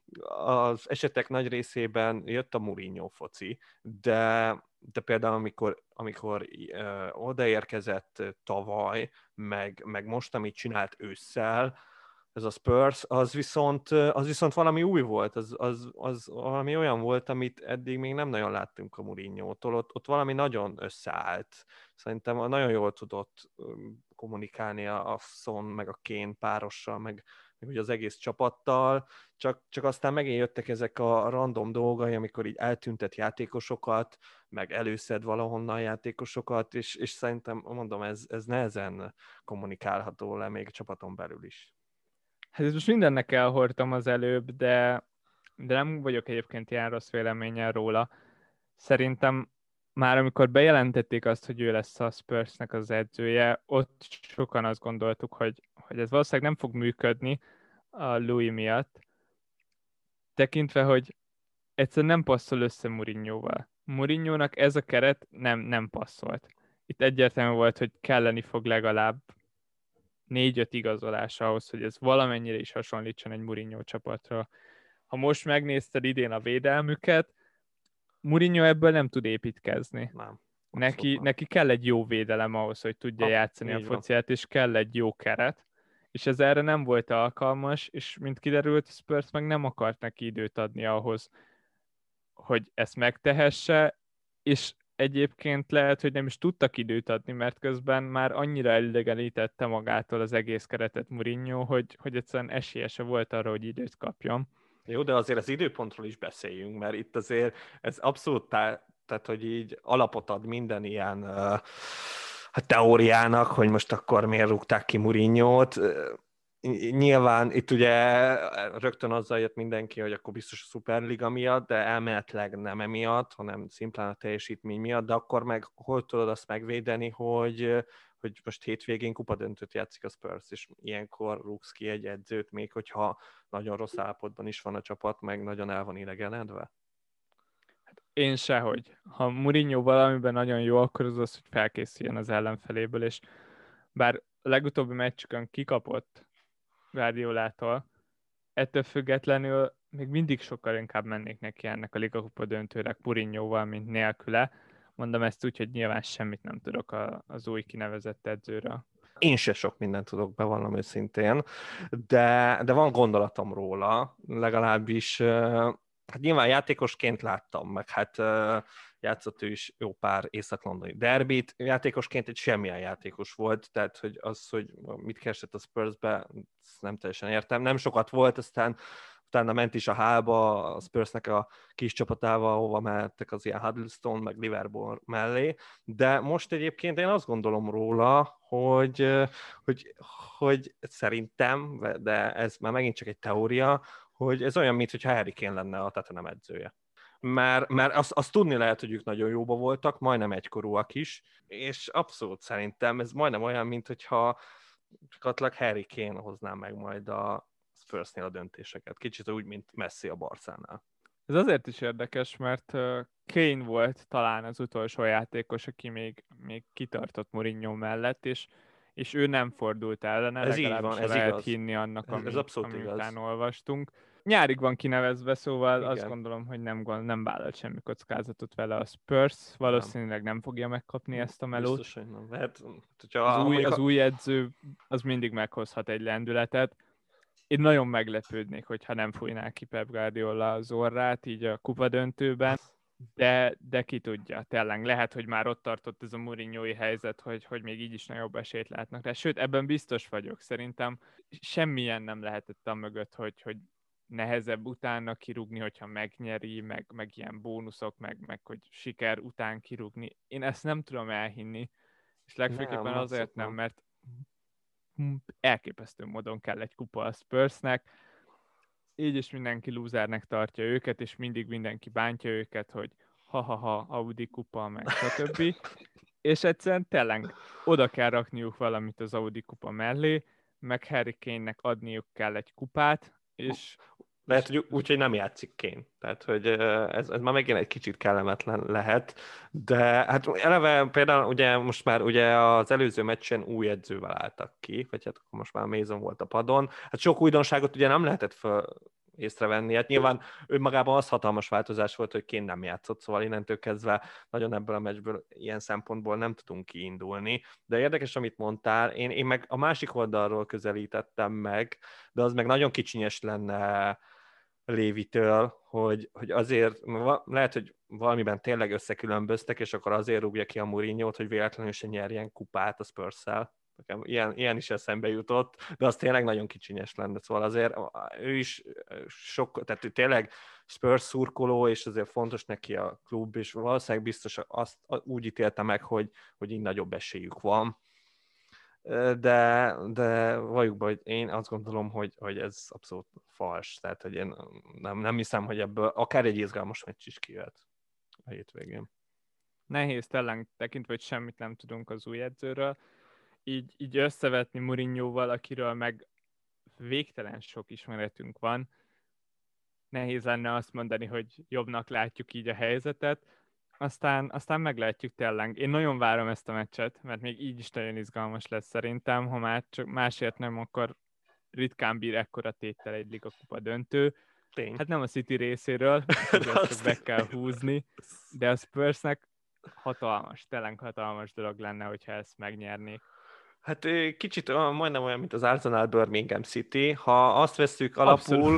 az esetek nagy részében jött a Mourinho foci, de, de például amikor, amikor uh, odaérkezett tavaly, meg, meg most, amit csinált ősszel, ez a Spurs, az viszont, az viszont valami új volt, az, az, az valami olyan volt, amit eddig még nem nagyon láttunk a Mourinho-tól, ott, ott valami nagyon összeállt. Szerintem nagyon jól tudott kommunikálni a, a Son, meg a Kane párossal, meg, meg ugye az egész csapattal, csak, csak aztán megint jöttek ezek a random dolgai, amikor így eltüntet játékosokat, meg előszed valahonnan játékosokat, és, és szerintem, mondom, ez, ez nehezen kommunikálható le még a csapaton belül is. Hát ezt most mindennek elhordtam az előbb, de, de nem vagyok egyébként ilyen rossz véleménnyel róla. Szerintem már amikor bejelentették azt, hogy ő lesz a Spursnek az edzője, ott sokan azt gondoltuk, hogy, hogy ez valószínűleg nem fog működni a Louis miatt, tekintve, hogy egyszerűen nem passzol össze Mourinhoval. Mourinhonak ez a keret nem, nem passzolt. Itt egyértelmű volt, hogy kelleni fog legalább négy-öt igazolás ahhoz, hogy ez valamennyire is hasonlítson egy Mourinho csapatra. Ha most megnézted idén a védelmüket, Mourinho ebből nem tud építkezni. Nem, neki, neki kell egy jó védelem ahhoz, hogy tudja ha, játszani a fociát, és kell egy jó keret. És ez erre nem volt alkalmas, és mint kiderült, Spurs meg nem akart neki időt adni ahhoz, hogy ezt megtehesse, és egyébként lehet, hogy nem is tudtak időt adni, mert közben már annyira elidegenítette magától az egész keretet Mourinho, hogy, hogy egyszerűen esélye se volt arra, hogy időt kapjon. Jó, de azért az időpontról is beszéljünk, mert itt azért ez abszolút, tá- tehát hogy így alapot ad minden ilyen uh, teóriának, hogy most akkor miért rúgták ki Mourinho-t. Nyilván itt ugye rögtön azzal jött mindenki, hogy akkor biztos a Superliga miatt, de elméletileg nem emiatt, hanem szimplán a teljesítmény miatt, de akkor meg hol tudod azt megvédeni, hogy, hogy most hétvégén kupadöntőt játszik a Spurs, és ilyenkor rúgsz ki egy edzőt, még hogyha nagyon rossz állapotban is van a csapat, meg nagyon el van idegenedve? Én sehogy. Ha Mourinho valamiben nagyon jó, akkor az az, hogy felkészüljön az ellenfeléből, és bár a legutóbbi meccsükön kikapott Guardiolától, ettől függetlenül még mindig sokkal inkább mennék neki ennek a Liga Kupa döntőnek Mourinhoval, mint nélküle. Mondom ezt úgy, hogy nyilván semmit nem tudok a, az új kinevezett edzőről. Én se sok mindent tudok, bevallom őszintén, de, de van gondolatom róla, legalábbis hát nyilván játékosként láttam, meg hát játszott ő is jó pár észak-londoni derbit, játékosként egy semmilyen játékos volt, tehát hogy az, hogy mit keresett a Spursbe, nem teljesen értem, nem sokat volt, aztán utána ment is a hálba a Spursnek a kis csapatával, ahova mehettek az ilyen Huddlestone, meg Liverpool mellé, de most egyébként én azt gondolom róla, hogy, hogy, hogy szerintem, de ez már megint csak egy teória, hogy ez olyan, mintha Harry Kane lenne a Tottenham edzője. Mert, mert azt, azt tudni lehet, hogy ők nagyon jóba voltak, majdnem egykorúak is, és abszolút szerintem ez majdnem olyan, mintha gyakorlatilag Harry Kane hozná meg majd a Spursnél a döntéseket. Kicsit úgy, mint Messi a Barcánál. Ez azért is érdekes, mert Kane volt talán az utolsó játékos, aki még, még kitartott Mourinho mellett, és, és ő nem fordult ellene, ez legalábbis van, ez lehet igaz. hinni annak, ami, ez, ez ami igaz. után olvastunk. Nyárig van kinevezve, szóval Igen. Azt gondolom, hogy nem, nem vállalt semmi kockázatot vele a Spurs, valószínűleg nem, nem fogja megkapni ezt a melót. Biztos, hogy nem. Hát, hogyha az, új, mondjuk... az új edző az mindig meghozhat egy lendületet. Én nagyon meglepődnék, hogyha nem fújná ki Pep Guardiola az orrát így a kupadöntőben. de, de ki tudja, tényleg. Lehet, hogy már ott tartott ez a Mourinho-i helyzet, hogy, hogy még így is nagyobb esélyt látnak rá. Sőt, ebben biztos vagyok. Szerintem semmilyen nem lehetett a mögött, hogy, hogy nehezebb utána kirúgni, hogyha megnyeri, meg, meg ilyen bónuszok, meg, meg hogy siker után kirúgni. Én ezt nem tudom elhinni, és legfőképpen Nem, azért abszolút nem, nem. mert elképesztő módon kell egy kupa a Spursnek, így is mindenki lúzernek tartja őket, és mindig mindenki bántja őket, hogy ha-ha-ha, Audi kupa, meg stb. És egyszerűen tényleg oda kell rakniuk valamit az Audi kupa mellé, meg Harry Kane-nek adniuk kell egy kupát, és, Lehet, és hogy úgy, hogy nem játszik Kane. Tehát, hogy ez, ez már megint egy kicsit kellemetlen lehet, de hát eleve például ugye most már ugye az előző meccsen új edzővel álltak ki, vagy hát akkor most már Mason volt a padon. Hát sok újdonságot ugye nem lehetett föl észrevenni. Hát nyilván önmagában az hatalmas változás volt, hogy Kane nem játszott, szóval innentől kezdve nagyon ebből a meccsből ilyen szempontból nem tudunk kiindulni. De érdekes, amit mondtál, én, én meg a másik oldalról közelítettem meg, de az meg nagyon kicsinyes lenne Lévitől, hogy, hogy azért, lehet, hogy valamiben tényleg összekülönböztek, és akkor azért rúgja ki a Mourinho-t, hogy véletlenül se nyerjen kupát a Spurs-szel. Ilyen, ilyen is eszembe jutott, de az tényleg nagyon kicsinyes lenne, szóval azért ő is sok, tehát ő tényleg Spurs szurkoló, és azért fontos neki a klub, és valószínűleg biztos azt úgy ítélte meg, hogy, hogy így nagyobb esélyük van. De, de valljuk be, hogy én azt gondolom, hogy, hogy ez abszolút fals, tehát hogy én nem, nem hiszem, hogy ebből akár egy izgalmas meccs is kijöhet a hétvégén. nehéz tényleg tekintve, hogy semmit nem tudunk az új edzőről. Így, így összevetni Mourinhoval, akiről meg végtelen sok ismeretünk van, nehéz lenne azt mondani, hogy jobbnak látjuk így a helyzetet, aztán, aztán meglátjuk tényleg. Én nagyon várom ezt a meccset, mert még így is nagyon izgalmas lesz szerintem, ha már csak másért nem, akkor ritkán bír ekkora téttel egy Liga Kupa döntő. Tény. Hát nem a City részéről, ezt be kell húzni, de a Spursnek hatalmas, tényleg hatalmas dolog lenne, hogyha ezt megnyernék. Hát kicsit majdnem olyan, mint az Arsenal Birmingham City. Ha azt vesszük alapul,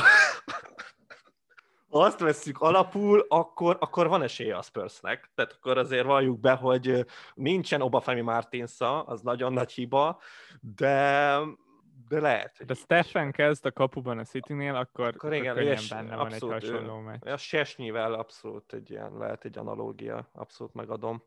ha azt vesszük alapul, akkor, akkor van esélye a Spursnek. Tehát akkor azért valljuk be, hogy nincsen Obafemi Martinsa, az nagyon nagy hiba, de, de lehet. De Stephen kezd a kapuban a Citynél, akkor, akkor, akkor igen, könnyen és benne van egy abszolút, hasonló meccs. A Szczesnyivel abszolút egy ilyen, lehet egy analógia, abszolút megadom.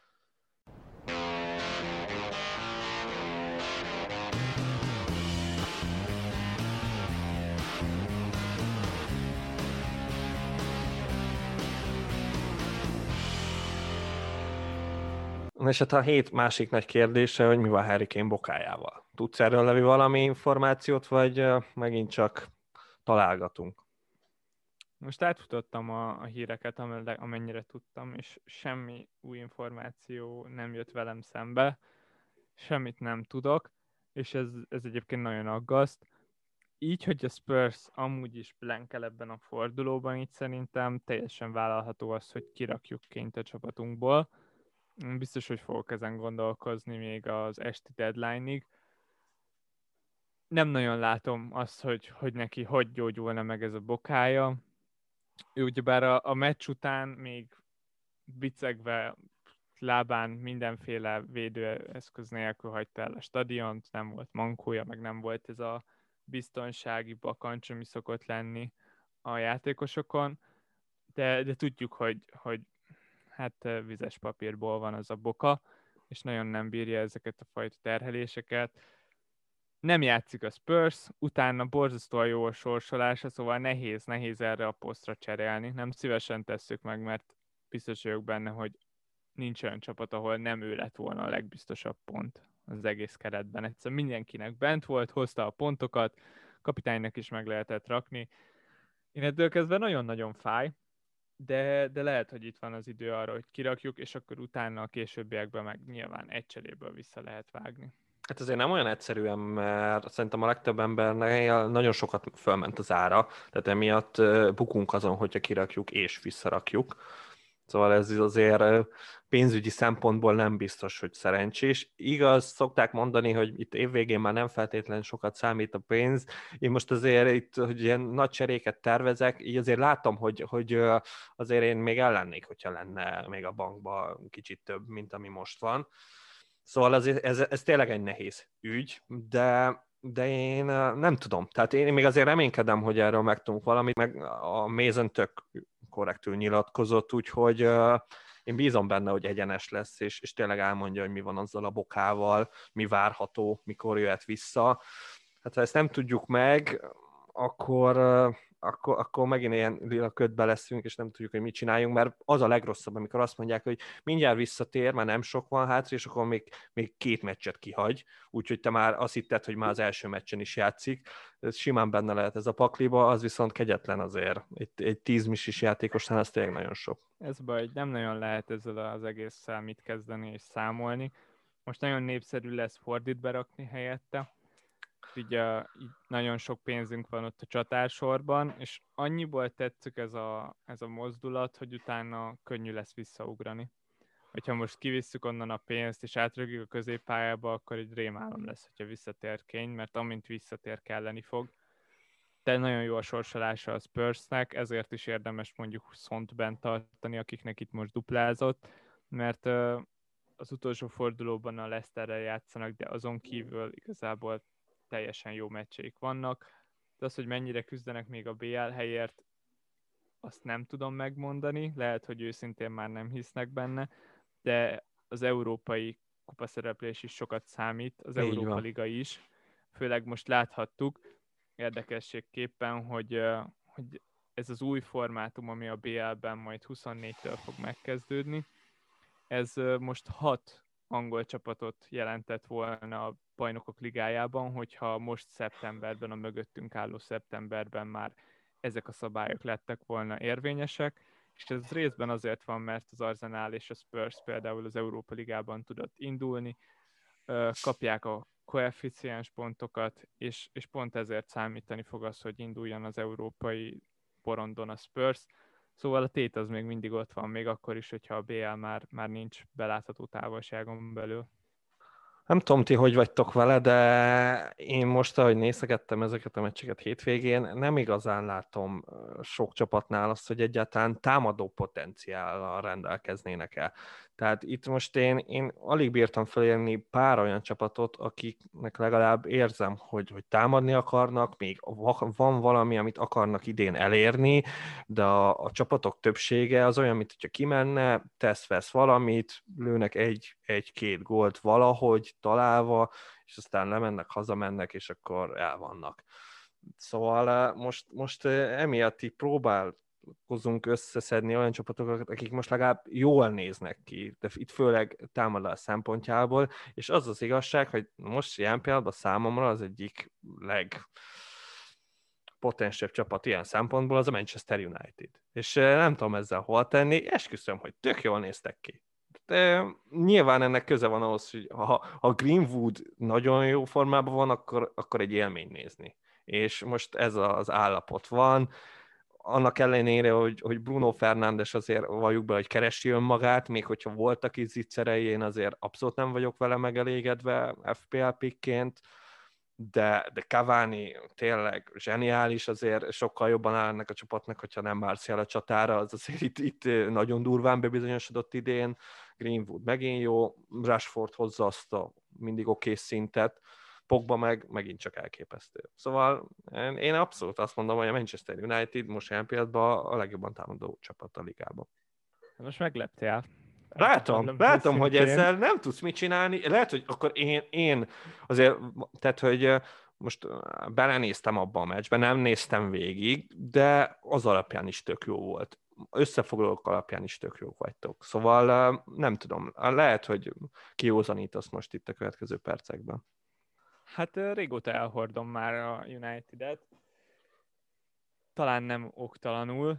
És hát a hét másik nagy kérdése, hogy mi van Harry Kane bokájával. Tudsz erről, Levi, valami információt, vagy megint csak találgatunk? Most átfutottam a, a híreket, amennyire tudtam, és semmi új információ nem jött velem szembe, semmit nem tudok, és ez, ez egyébként nagyon aggaszt. Így, hogy a Spurs amúgy is blankel ebben a fordulóban, így szerintem teljesen vállalható az, hogy kirakjuk Kane-t a csapatunkból. Biztos, hogy fogok ezen gondolkozni még az esti deadline-ig. Nem nagyon látom azt, hogy, hogy neki hogy gyógyulna meg ez a bokája. Ő ugyebár a, a meccs után még bicegve lábán mindenféle védőeszköz nélkül hagyta el a stadiont, nem volt mankója, meg nem volt ez a biztonsági bakancs, ami szokott lenni a játékosokon, de, de tudjuk, hogy, hogy hát vizes papírból van az a boka, és nagyon nem bírja ezeket a fajta terheléseket. Nem játszik a Spurs, utána borzasztóan jó a sorsolása, szóval nehéz, nehéz erre a posztra cserélni. Nem szívesen tesszük meg, mert biztos vagyok benne, hogy nincs olyan csapat, ahol nem ő lett volna a legbiztosabb pont az egész keretben. Egyszerűen mindenkinek bent volt, hozta a pontokat, kapitánynak is meg lehetett rakni. Én ettől kezdve nagyon-nagyon fáj, de, de lehet, hogy itt van az idő arra, hogy kirakjuk, és akkor utána a későbbiekben meg nyilván egy cseréből vissza lehet vágni. Hát azért nem olyan egyszerűen, mert szerintem a legtöbb embernek nagyon sokat fölment az ára, tehát emiatt bukunk azon, hogyha kirakjuk és visszarakjuk. Szóval ez azért pénzügyi szempontból nem biztos, hogy szerencsés. Igaz, szokták mondani, hogy itt évvégén már nem feltétlenül sokat számít a pénz. Én most azért itt, hogy ilyen nagy cseréket tervezek, így azért látom, hogy, hogy azért én még ellennék, hogyha lenne még a bankban kicsit több, mint ami most van. Szóval ez, ez, ez tényleg egy nehéz ügy, de de én nem tudom. Tehát én még azért reménykedem, hogy erről megtudunk valamit, meg a Mason tök korrektül nyilatkozott, úgyhogy uh, én bízom benne, hogy egyenes lesz, és, és tényleg elmondja, hogy mi van azzal a bokával, mi várható, mikor jöhet vissza. Hát ha ezt nem tudjuk meg, akkor, uh, akkor, akkor megint ilyen lila ködbe leszünk, és nem tudjuk, hogy mit csináljunk, mert az a legrosszabb, amikor azt mondják, hogy mindjárt visszatér, már nem sok van hátra, és akkor még, még két meccset kihagy, úgyhogy te már azt hitted, hogy már az első meccsen is játszik. Ez simán benne lehet ez a pakliba, az viszont kegyetlen azért. Egy, egy tíz misis játékosnál ez tényleg nagyon sok. Ez baj, hogy nem nagyon lehet ezzel az egésszel mit kezdeni és számolni. Most nagyon népszerű lesz Fordit berakni helyette. Ugye így nagyon sok pénzünk van ott a csatársorban, és annyiból tetszik ez a, ez a mozdulat, hogy utána könnyű lesz visszaugrani. Hogyha most kivisszük onnan a pénzt, és átrögjük a középpályába, akkor egy rémálom lesz, hogyha visszatér Kane, mert amint visszatér, kelleni fog. De nagyon jó a sorsolása a Spursnek, ezért is érdemes mondjuk Sont bent tartani, akiknek itt most duplázott, mert uh, az utolsó fordulóban a Leicesterrel játszanak, de azon kívül igazából teljesen jó meccseik vannak. De az, hogy mennyire küzdenek még a bé el helyért, azt nem tudom megmondani, lehet, hogy őszintén már nem hisznek benne, de az európai kupaszereplés is sokat számít, az Így Európa van. Liga is. Főleg most láthattuk érdekességképpen, hogy, hogy ez az új formátum, ami a bé el-ben majd huszonnégytől fog megkezdődni, ez most hat angol csapatot jelentett volna a Bajnokok Ligájában, hogyha most szeptemberben, a mögöttünk álló szeptemberben már ezek a szabályok lettek volna érvényesek, és ez részben azért van, mert az Arsenal és a Spurs például az Európa Ligában tudott indulni, kapják a koeficiens pontokat, és, és pont ezért számítani fog az, hogy induljon az európai porondon a Spurs. Szóval a tét az még mindig ott van, még akkor is, hogyha a bé el már, már nincs belátható távolságon belül. Nem tudom, ti hogy vagytok vele, de én most, ahogy nézegettem ezeket a meccseket hétvégén, nem igazán látom sok csapatnál azt, hogy egyáltalán támadó potenciállal rendelkeznének el. Tehát itt most én, én alig bírtam felérni pár olyan csapatot, akiknek legalább érzem, hogy, hogy támadni akarnak, még van valami, amit akarnak idén elérni, de a, a csapatok többsége az olyan, mint hogyha kimenne, tesz-vesz valamit, lőnek egy, egy-két gólt valahogy találva, és aztán lemennek, hazamennek, és akkor el vannak. Szóval most, most emiatt így próbálkozunk összeszedni olyan csapatokat, akik most legalább jól néznek ki, de itt főleg támadás szempontjából, és az az igazság, hogy most ilyen pillanatban számomra az egyik leg potensebb csapat ilyen szempontból az a Manchester United. És nem tudom ezzel hol tenni, esküszöm, hogy tök jól néztek ki. De nyilván ennek köze van ahhoz, hogy ha, ha Greenwood nagyon jó formában van, akkor, akkor egy élmény nézni. És most ez az állapot van, annak ellenére, hogy, hogy Bruno Fernandes azért valljuk be, hogy keresi önmagát, még hogyha voltak itt zicserei, én azért abszolút nem vagyok vele megelégedve ef pé el pickként, de, de Cavani tényleg zseniális, azért sokkal jobban áll ennek a csapatnak, hogyha nem Martial a csatára, az azért itt, itt nagyon durván bebizonyosodott idén, Greenwood megint jó, Rashford hozza azt a mindig oké szintet, Pogba meg megint csak elképesztő. Szóval én abszolút azt mondom, hogy a Manchester United most ilyen pillanatban a legjobban támadó csapat a ligában. Most megleptél. Látom, látom, hogy ezzel nem tudsz mit csinálni. Lehet, hogy akkor én, én azért, tehát, hogy most belenéztem abba a meccsbe, nem néztem végig, de az alapján is tök jó volt. Összefoglalók alapján is tök jók vagytok. Szóval nem tudom, lehet, hogy kiózanítasz most itt a következő percekben. Hát régóta elhordom már a United-et. Talán nem oktalanul.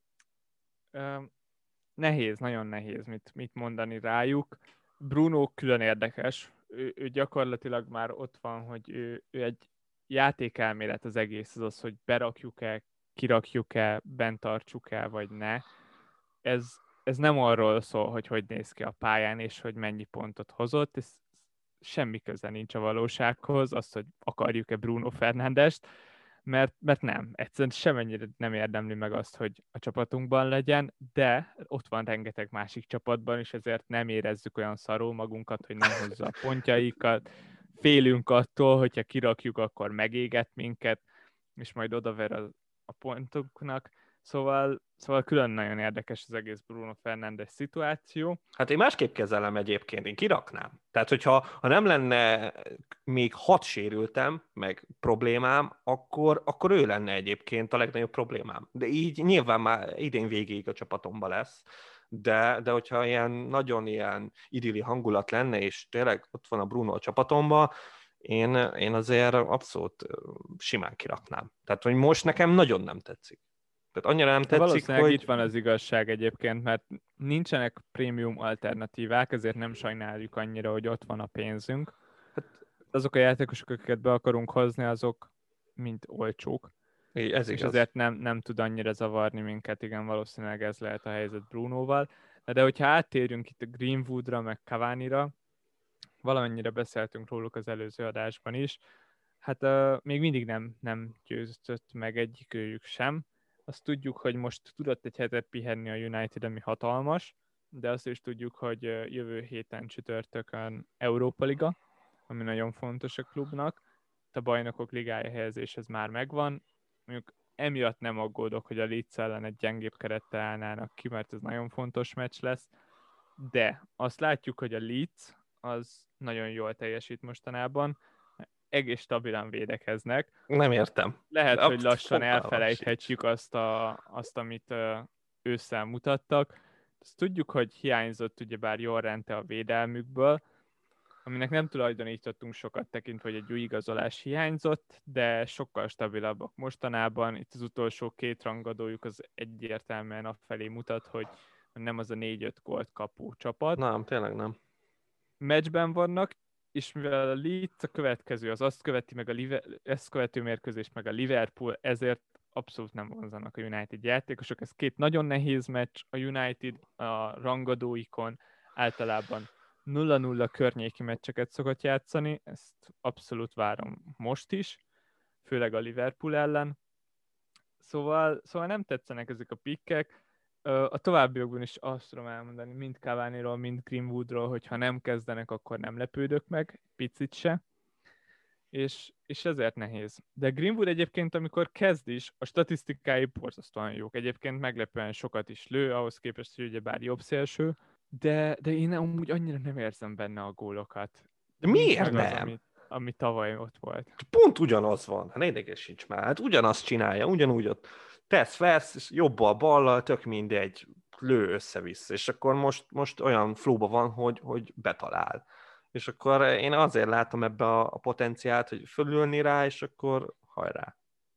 Nehéz, nagyon nehéz mit, mit mondani rájuk. Bruno külön érdekes. Ő, ő gyakorlatilag már ott van, hogy ő, ő egy játékelmélet az egész, az az, hogy berakjuk-e, kirakjuk-e, bent tartsuk-e, vagy ne. Ez, ez nem arról szól, hogy hogy néz ki a pályán, és hogy mennyi pontot hozott, ez semmi köze nincs a valósághoz, az, hogy akarjuk-e Bruno Fernandest, mert, mert nem, egyszerűen semennyire nem érdemli meg azt, hogy a csapatunkban legyen, de ott van rengeteg másik csapatban, és ezért nem érezzük olyan szarul magunkat, hogy nem hozza a pontjaikat, félünk attól, hogyha kirakjuk, akkor megéget minket, és majd odaver a, a pontoknak. Szóval, szóval külön nagyon érdekes az egész Bruno Fernandes szituáció. Hát én másképp kezelem egyébként, én kiraknám. Tehát, hogyha ha nem lenne még hat sérültem, meg problémám, akkor, akkor ő lenne egyébként a legnagyobb problémám. De így nyilván már idén végéig a csapatomba lesz, de, de hogyha ilyen nagyon ilyen idilli hangulat lenne, és tényleg ott van a Bruno a csapatomba, én, én azért abszolút simán kiraknám. Tehát, hogy most nekem nagyon nem tetszik. Tehát annyira nem tetszik, Valószínűleg hogy... itt van az igazság egyébként, mert nincsenek prémium alternatívák, ezért nem sajnáljuk annyira, hogy ott van a pénzünk. Hát azok a játékosok, akiket be akarunk hozni, azok mind olcsók. Ez és igaz. ezért nem, nem tud annyira zavarni minket, igen, valószínűleg ez lehet a helyzet Brunoval. De hogyha áttérünk itt a Greenwoodra, meg Cavani-ra, valamennyire beszéltünk róluk az előző adásban is, hát uh, még mindig nem, nem győzött meg egyikőjük sem. Azt tudjuk, hogy most tudott egy hetet pihenni a United, ami hatalmas, de azt is tudjuk, hogy jövő héten csütörtökön Európa Liga, ami nagyon fontos a klubnak. A bajnokok ligája helyezés ez már megvan. Mondjuk emiatt nem aggódok, hogy a Leeds ellen egy gyengébb kerettel állnának ki, mert ez nagyon fontos meccs lesz. De azt látjuk, hogy a Leeds az nagyon jól teljesít mostanában, egész stabilan védekeznek. Nem értem. Lehet, De hogy lassan fogalmam elfelejthetjük azt, a, azt, amit ősszel mutattak. Azt tudjuk, hogy hiányzott ugyebár Llorente a védelmükből, aminek nem tulajdonítottunk sokat tekintve, hogy egy új igazolás hiányzott, de sokkal stabilabbak mostanában. Itt az utolsó két rangadójuk az egyértelműen afelé mutat, hogy nem az a négy-öt gólt kapó csapat. Nem, tényleg nem. Meccsben vannak, és mivel a Leeds a következő, az azt követi meg a Liver- ezt követő mérkőzést meg a Liverpool, ezért abszolút nem vonzanak a United játékosok. Ez két nagyon nehéz meccs, a United a rangadóikon általában nulla nulla környéki meccseket szokott játszani, ezt abszolút várom most is, főleg a Liverpool ellen. Szóval, szóval nem tetszenek ezek a pikkek. A továbbiakban is azt tudom elmondani, mind Cavaniról, mind Greenwoodról, hogy ha nem kezdenek, akkor nem lepődök meg, picit se. És, és ezért nehéz. De Greenwood egyébként, amikor kezd is, a statisztikái borzasztóan jók. Egyébként meglepően sokat is lő, ahhoz képest, hogy ugyebár jobb szélső, de, de én amúgy annyira nem érzem benne a gólokat. De miért meg az, nem? ami, ami tavaly ott volt. Pont ugyanaz van. Hát idegesíts már. Hát ugyanazt csinálja, ugyanúgy ott tesz, vesz, és jobbal, ballal, tök mindegy, lő össze-vissza. És akkor most, most olyan flóba van, hogy, hogy betalál. És akkor én azért látom ebbe a, a potenciált, hogy fölülni rá, és akkor hajrá.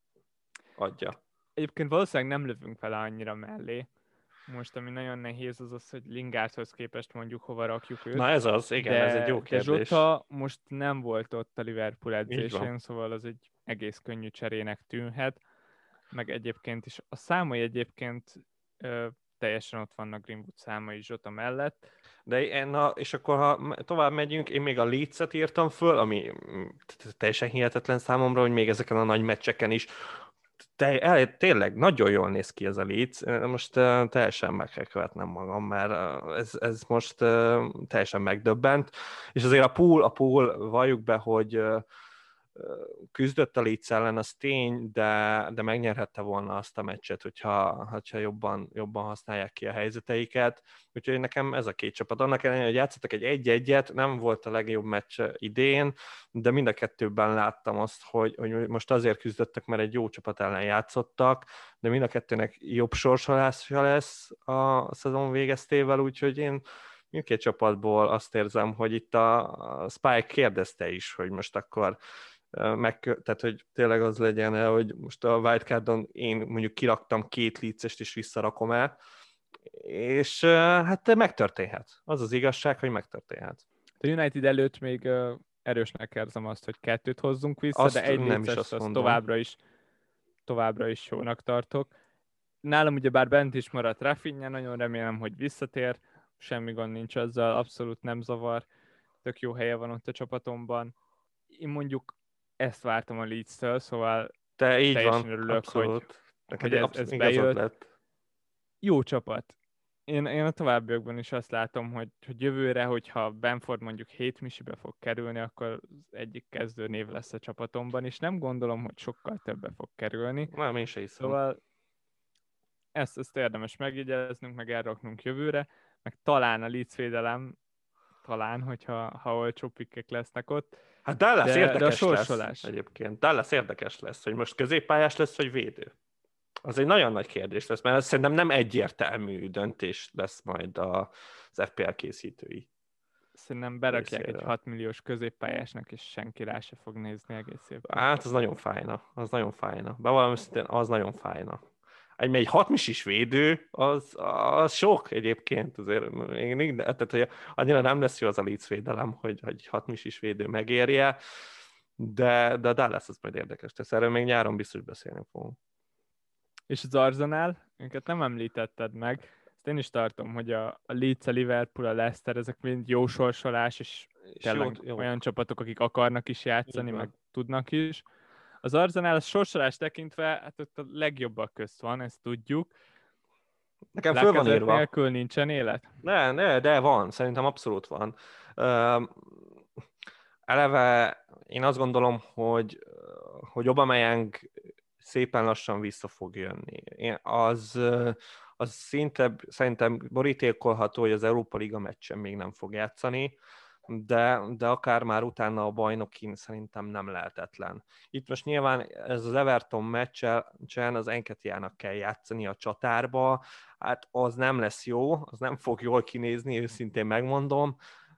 Adja. Egyébként valószínűleg nem lövünk vele annyira mellé. Most, ami nagyon nehéz, az az, hogy Lingardhoz képest mondjuk hova rakjuk őt. Na ez az, igen, de, ez egy jó de kérdés. Zsota most nem volt ott a Liverpool edzésén, szóval az egy egész könnyű cserének tűnhet. Meg egyébként is a számai egyébként ö, teljesen ott vannak Greenwood számai Zsota mellett. De na, és akkor ha tovább megyünk, én még a Leeds-et írtam föl, ami teljesen hihetetlen számomra, hogy még ezeken a nagy meccseken is Te, el, tényleg nagyon jól néz ki ez a Leeds. Most uh, teljesen meg kell követnem magam, mert uh, ez, ez most uh, teljesen megdöbbent. És azért a pool, a pool valljuk be, hogy uh, küzdött a Leeds ellen, az tény, de, de megnyerhette volna azt a meccset, hogyha, hogyha jobban, jobban használják ki a helyzeteiket. Úgyhogy nekem ez a két csapat. Annak ellenére, hogy játszottak egy egy-egyet, nem volt a legjobb meccs idén, de mind a kettőben láttam azt, hogy, hogy most azért küzdöttek, mert egy jó csapat ellen játszottak, de mind a kettőnek jobb sorsolása lesz a szezon végeztével, úgyhogy én mindkét csapatból azt érzem, hogy itt a Spike kérdezte is, hogy most akkor meg, tehát, hogy tényleg az legyen, hogy most a wildcardon én mondjuk kiraktam két Leeds-est és visszarakom el, és hát megtörténhet. Az az igazság, hogy megtörténhet. A United előtt még erősnek érzem azt, hogy kettőt hozzunk vissza, azt de egy nem is Leeds-est azt azt mondom. továbbra is, továbbra is jónak tartok. nálam ugye bár bent is maradt Rafinha, nagyon remélem, hogy visszatér, semmi gond nincs azzal, abszolút nem zavar, tök jó helye van ott a csapatomban. Én mondjuk ezt vártam a Leeds-től, szóval Te így teljesen van, örülök, hogy, abszolút. Neked hogy ez, abszolút ez igazad bejött. lett. Jó csapat. Én, én a továbbiakban is azt látom, hogy, hogy jövőre, hogyha Benford mondjuk hét misibe fog kerülni, akkor az egyik kezdő név lesz a csapatomban, és nem gondolom, hogy sokkal többe fog kerülni. Nem, én se hiszem. Szóval ezt, ezt érdemes megjegyeznünk, meg elraknunk jövőre, meg talán a Leeds védelem, talán, hogyha ha olcsó pikkek lesznek ott. Hát Dallas de, érdekes de a lesz sorsolás. egyébként. Dallas érdekes lesz, hogy most középpályás lesz, vagy védő. Az egy nagyon nagy kérdés lesz, mert szerintem nem egyértelmű döntés lesz majd az ef pé el készítői. Szerintem berakják részéről. egy hat milliós középpályásnak, és senki rá se fog nézni egész évben. Hát, az nagyon fájna. Az nagyon fájna. Bevallom szintén, az nagyon fájna. Egy, egy hatmisis védő, az, az sok egyébként. Azért, én, tehát, hogy annyira nem lesz jó az a Leeds védelem, hogy egy hatmisis védő megérje, de, de a Dallas az majd érdekes tesz. Erről még nyáron biztos beszélni fogunk. És az Arsenal, őket nem említetted meg, ezt én is tartom, hogy a, a Leeds, a Liverpool, a Leicester, ezek mind jó sorsolás, és, és tényleg jó, jó. olyan csapatok, akik akarnak is játszani, meg tudnak is. Az Arsenal a sorsolás tekintve, hát ott a legjobbak közt van, ezt tudjuk. Nekem föl van írva. Nélkül nincsen élet? Ne, ne, de van, szerintem abszolút van. Uh, eleve én azt gondolom, hogy, hogy Aubameyang szépen lassan vissza fog jönni. Én az, az szinte szerintem borítékolható, hogy az Európa Liga meccsen még nem fog játszani, de, de akár már utána a bajnokin szerintem nem lehetetlen. Itt most nyilván ez az Everton meccsen az Enketiának kell játszani a csatárba, hát az nem lesz jó, az nem fog jól kinézni, őszintén megmondom,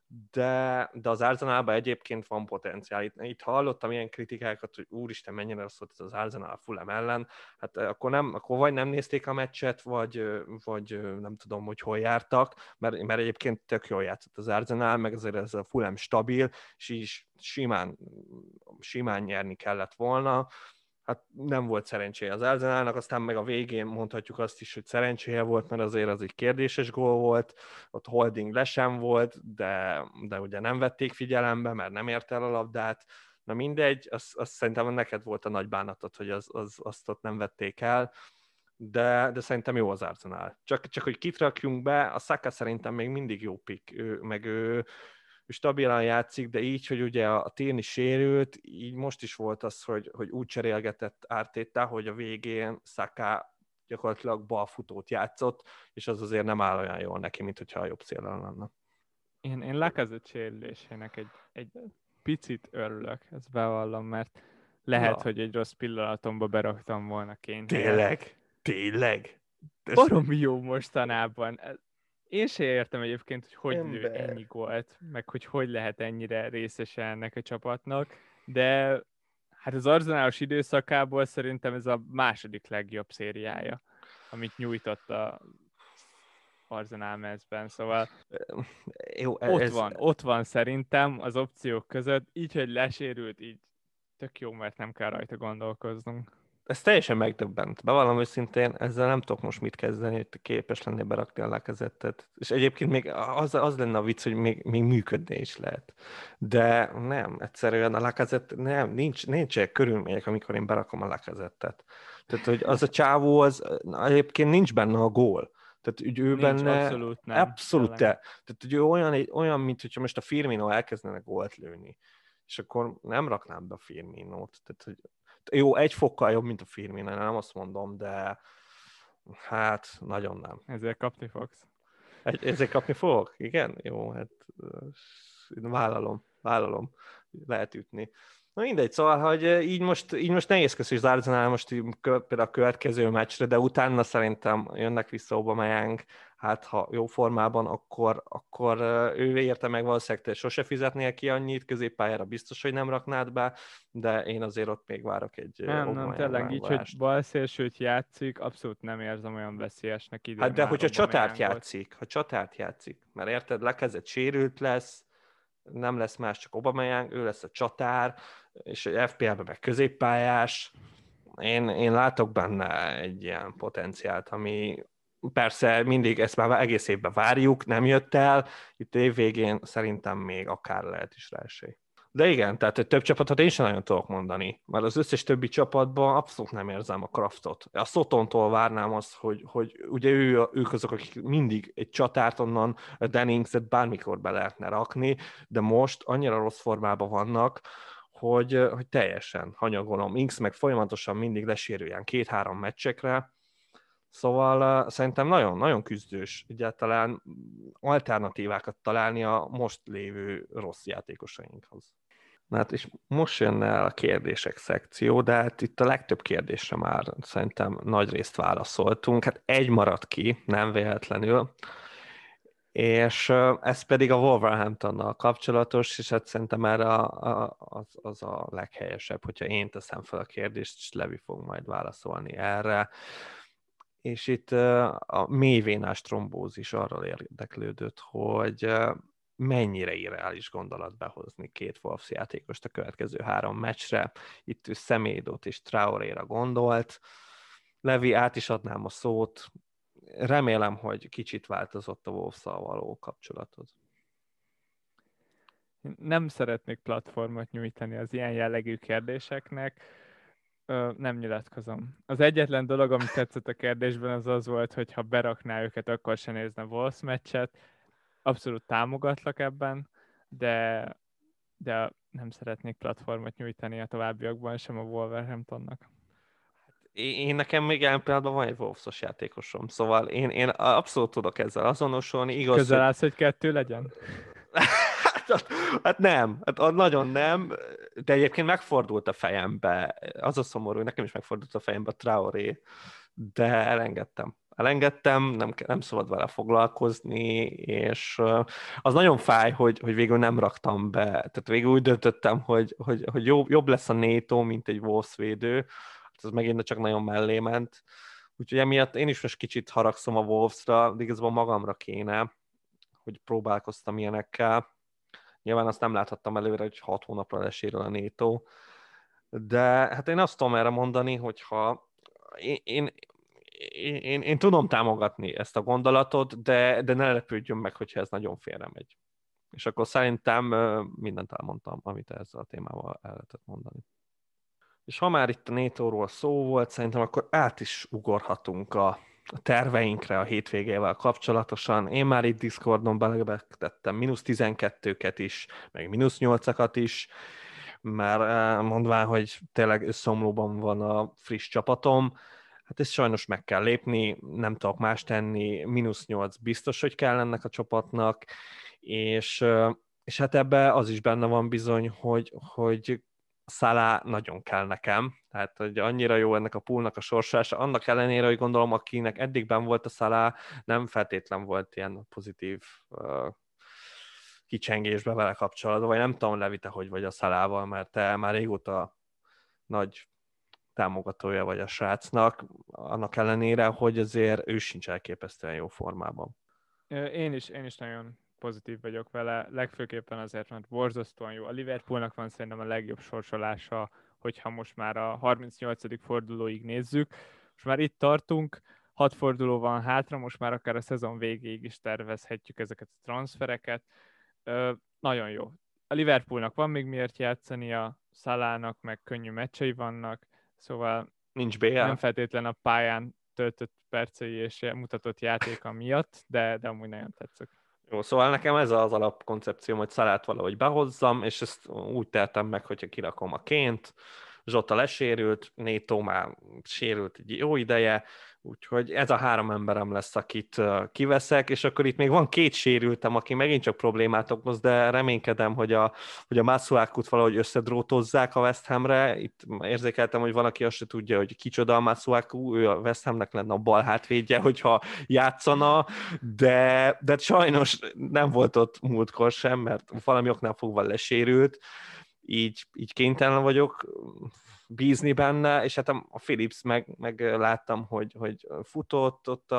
de, de az Arsenalban egyébként van potenciál. Itt, itt hallottam ilyen kritikákat, hogy úristen, mennyire rossz volt ez az Arsenal Fulham ellen, hát akkor, nem, akkor vagy nem nézték a meccset, vagy, vagy nem tudom, hogy hol jártak, mert, mert egyébként tök jól játszott az Arsenal, meg azért ez a Fulham stabil, és így simán, simán nyerni kellett volna. Hát nem volt szerencséje az Arsenalnak, aztán meg a végén mondhatjuk azt is, hogy szerencséje volt, mert azért az egy kérdéses gól volt, ott holding le sem volt, de, de ugye nem vették figyelembe, mert nem ért el a labdát. Na mindegy, azt az szerintem neked volt a nagy bánatod, hogy az, az, azt ott nem vették el, de, de szerintem jó az Arsenal. Csak, csak hogy kit rakjunk be, a Saka szerintem még mindig jó pick, ő, meg ő, ő stabilan játszik, de így, hogy ugye a Tierney sérült, így most is volt az, hogy, hogy úgy cserélgetett Arteta, hogy a végén Saka gyakorlatilag balfutót játszott, és az azért nem áll olyan jól neki, mint hogyha a jobb szélen lenne. Én, én Lacazette sérülésének egy, egy picit örülök, ezt bevallom, mert lehet, Na. hogy egy rossz pillanatomba beraktam volna Kane. Tényleg? Tényleg? Baromi jó mostanában. Én se értem egyébként, hogy hogy Ember. lő ennyi gólt, meg hogy hogy lehet ennyire részese ennek a csapatnak, de hát az Arsenalos időszakából szerintem ez a második legjobb szériája, amit nyújtott a Arsenal mezben, szóval Jó, ez... ott van, ott van szerintem az opciók között, így, hogy lesérült, így tök jó, mert nem kell rajta gondolkoznunk. Ez teljesen megdöbbent. Bevallom őszintén, ezzel nem tudok most mit kezdeni, hogy te képes lennél berakni a Lacazettet. És egyébként még az, az lenne a vicc, hogy még, még működni is lehet. De nem, egyszerűen a Lacazette, nem, nincs, nincs egy körülmények, amikor én berakom a Lacazettet. Tehát, hogy az a csávó, az egyébként nincs benne a gól. Tehát, hogy ő nincs, benne... abszolút nem. Abszolút te. Tehát, hogy ő olyan, olyan, mint hogyha most a Firmino elkezdene gólt lőni. És akkor nem raknám be a Firminót. Tehát, hogy jó, egy fokkal jobb, mint a Firmino, nem azt mondom, de hát nagyon nem. Ezért kapni fogsz. Egy, ezért kapni fogok? Igen? Jó, hát vállalom, vállalom. Lehet ütni. Na mindegy, szóval, hogy így most, így most nehéz köszönöm, hogy az Arsenal most például a következő meccsre, de utána szerintem jönnek vissza Aubameyang, hát ha jó formában, akkor, akkor ő érte meg valószínűleg, te sose fizetnél ki annyit, középpályára biztos, hogy nem raknád be, de én azért ott még várok egy Nem, nem, tényleg így, hogy balszélsőt játszik, abszolút nem érzem olyan veszélyesnek idén. Hát de hogyha csatárt játszik, ha csatárt játszik, mert érted, Lacazette sérült lesz, nem lesz más, csak Aubameyang, ő lesz a csatár, és egy ef pé el-ben meg középpályás, én, én látok benne egy ilyen potenciált, ami persze mindig ezt már egész évben várjuk, nem jött el, itt év végén szerintem még akár lehet is rá esély. De igen, tehát több csapatot én sem nagyon tudok mondani, mert az összes többi csapatban abszolút nem érzem a Kraftot. A Sotontól várnám azt, hogy, hogy ugye ő, ők azok, akik mindig egy csatárt onnan, a Denningset bármikor be lehetne rakni, de most annyira rossz formában vannak, hogy, hogy teljesen hanyagolom. Inks meg folyamatosan mindig lesérül ilyen két-három meccsekre, szóval uh, szerintem nagyon, nagyon küzdős egyáltalán alternatívákat találni a most lévő rossz játékosainkhoz. Na hát és most jönne el a kérdések szekció, de hát itt a legtöbb kérdésre már szerintem nagy részt válaszoltunk. Hát egy maradt ki, nem véletlenül, és ez pedig a Wolverhamptonnal kapcsolatos, és hát szerintem erre a, a, az, az a leghelyesebb, hogyha én teszem fel a kérdést, és Levi fog majd válaszolni erre. És itt a mélyvénás trombózis arról érdeklődött, hogy mennyire irreális gondolat behozni két Wolves játékost a következő három meccsre. Itt ő Semédot és Traoréra gondolt. Levi, át is adnám a szót. Remélem, hogy kicsit változott a Wolves-szal való kapcsolatod. Nem szeretnék platformot nyújtani az ilyen jellegű kérdéseknek. Ö, nem nyilatkozom. Az egyetlen dolog, ami tetszett a kérdésben, az az volt, hogy ha berakná őket, akkor se nézne Wolves meccset. Abszolút támogatlak ebben, de, de nem szeretnék platformot nyújtani a továbbiakban sem a Wolverhamptonnak. Én nekem még jelen pillanatban van egy Wolves-os játékosom, szóval én, én abszolút tudok ezzel azonosulni. Igaz, Közel hogy... állsz, hogy kettő legyen? hát, hát nem, hát nagyon nem, de egyébként megfordult a fejembe, az a szomorú, nekem is megfordult a fejembe a Traoré, de elengedtem. Elengedtem, nem, nem szabad vele foglalkozni, és az nagyon fáj, hogy, hogy végül nem raktam be. Tehát végül úgy döntöttem, hogy, hogy, hogy jobb, jobb lesz a Neto, mint egy Wolves védő. Ez megint csak nagyon mellé ment. Úgyhogy emiatt én is most kicsit haragszom a Wolvesra, de igazából magamra kéne, hogy próbálkoztam ilyenekkel. Nyilván azt nem láthattam előre, hogy hat hónapra lesérül a Neto. De hát én azt tudom erre mondani, hogyha én, én, én, én, én tudom támogatni ezt a gondolatot, de, de ne lepődjön meg, hogyha ez nagyon félre megy. És akkor szerintem mindent elmondtam, amit ezzel a témával el lehetett mondani. És ha már itt a Nétóról szó volt, szerintem akkor át is ugorhatunk a, a terveinkre a hétvégével kapcsolatosan. Én már itt Discordon beletettem mínusz tizenkettőket is, meg mínusz nyolcakat is, mert mondván, hogy tényleg összeomlóban van a friss csapatom, hát ezt sajnos meg kell lépni, nem tudok más tenni, mínusz nyolc biztos, hogy kell ennek a csapatnak, és, és hát ebbe az is benne van bizony, hogy, hogy Salah nagyon kell nekem, tehát hogy annyira jó ennek a poolnak a sorsása, annak ellenére, hogy gondolom, akinek eddig benn volt a Salah, nem feltétlen volt ilyen pozitív uh, kicsengésbe vele kapcsolatban, vagy nem tudom, Levi, te hogy vagy a Salahval, mert te már régóta nagy támogatója vagy a srácnak, annak ellenére, hogy azért ő sincs elképesztően jó formában. Én is, én is nagyon pozitív vagyok vele, legfőképpen azért, mert borzasztóan jó. A Liverpoolnak van szerintem a legjobb sorsolása, hogyha most már a harmincnyolcadik fordulóig nézzük. Most már itt tartunk, hat forduló van hátra, most már akár a szezon végéig is tervezhetjük ezeket a transfereket. Ö, nagyon jó. A Liverpoolnak van még miért játszania, Salahnak meg könnyű meccsei vannak, szóval nincs bé el. Nem feltétlen a pályán töltött percei és mutatott játéka miatt, de, de amúgy nagyon tetszett. Jó, szóval nekem ez az alapkoncepcióm, hogy Salát valahogy behozzam, és ezt úgy teltem meg, hogyha kirakom a Ként, Zsota lesérült, Neto már sérült egy jó ideje, úgyhogy ez a három emberem lesz, akit kiveszek, és akkor itt még van két sérültem, aki megint csak problémát okoz, de reménykedem, hogy a, hogy a Masuakut valahogy összedrótozzák a West Hamre. Itt érzékeltem, hogy van, aki azt se tudja, hogy kicsoda a Masuaku, ő a West Hamnek lenne a bal hátvédje, hogyha játszana, de, de sajnos nem volt ott múltkor sem, mert valami oknál fogva lesérült, így, így kénytelen vagyok bízni benne, és hát a Philips meg, meg láttam, hogy, hogy futott ott a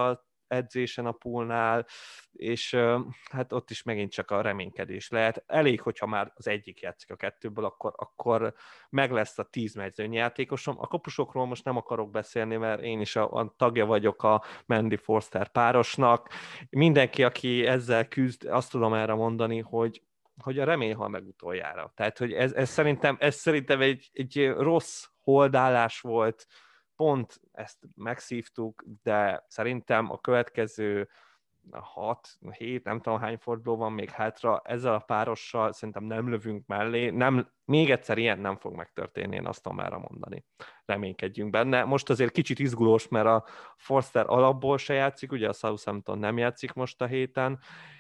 edzésen a poolnál, és hát ott is megint csak a reménykedés lehet. Elég, hogyha már az egyik játszik a kettőből, akkor, akkor meg lesz a tíz mezőnyi játékosom. A kapusokról most nem akarok beszélni, mert én is a, a tagja vagyok a Mandy Forster párosnak. Mindenki, aki ezzel küzd, azt tudom erre mondani, hogy hogy a remény hal meg utoljára. Tehát, hogy ez, ez szerintem, ez szerintem egy, egy rossz holdállás volt, pont ezt megszívtuk, de szerintem a következő hat, hét, nem tudom hány forduló van még hátra, ezzel a párossal szerintem nem lövünk mellé, nem, még egyszer ilyen nem fog megtörténni, én azt tudom már mondani. Reménykedjünk benne. Most azért kicsit izgulós, mert a Forster alapból se játszik, ugye a Southampton nem játszik most a héten,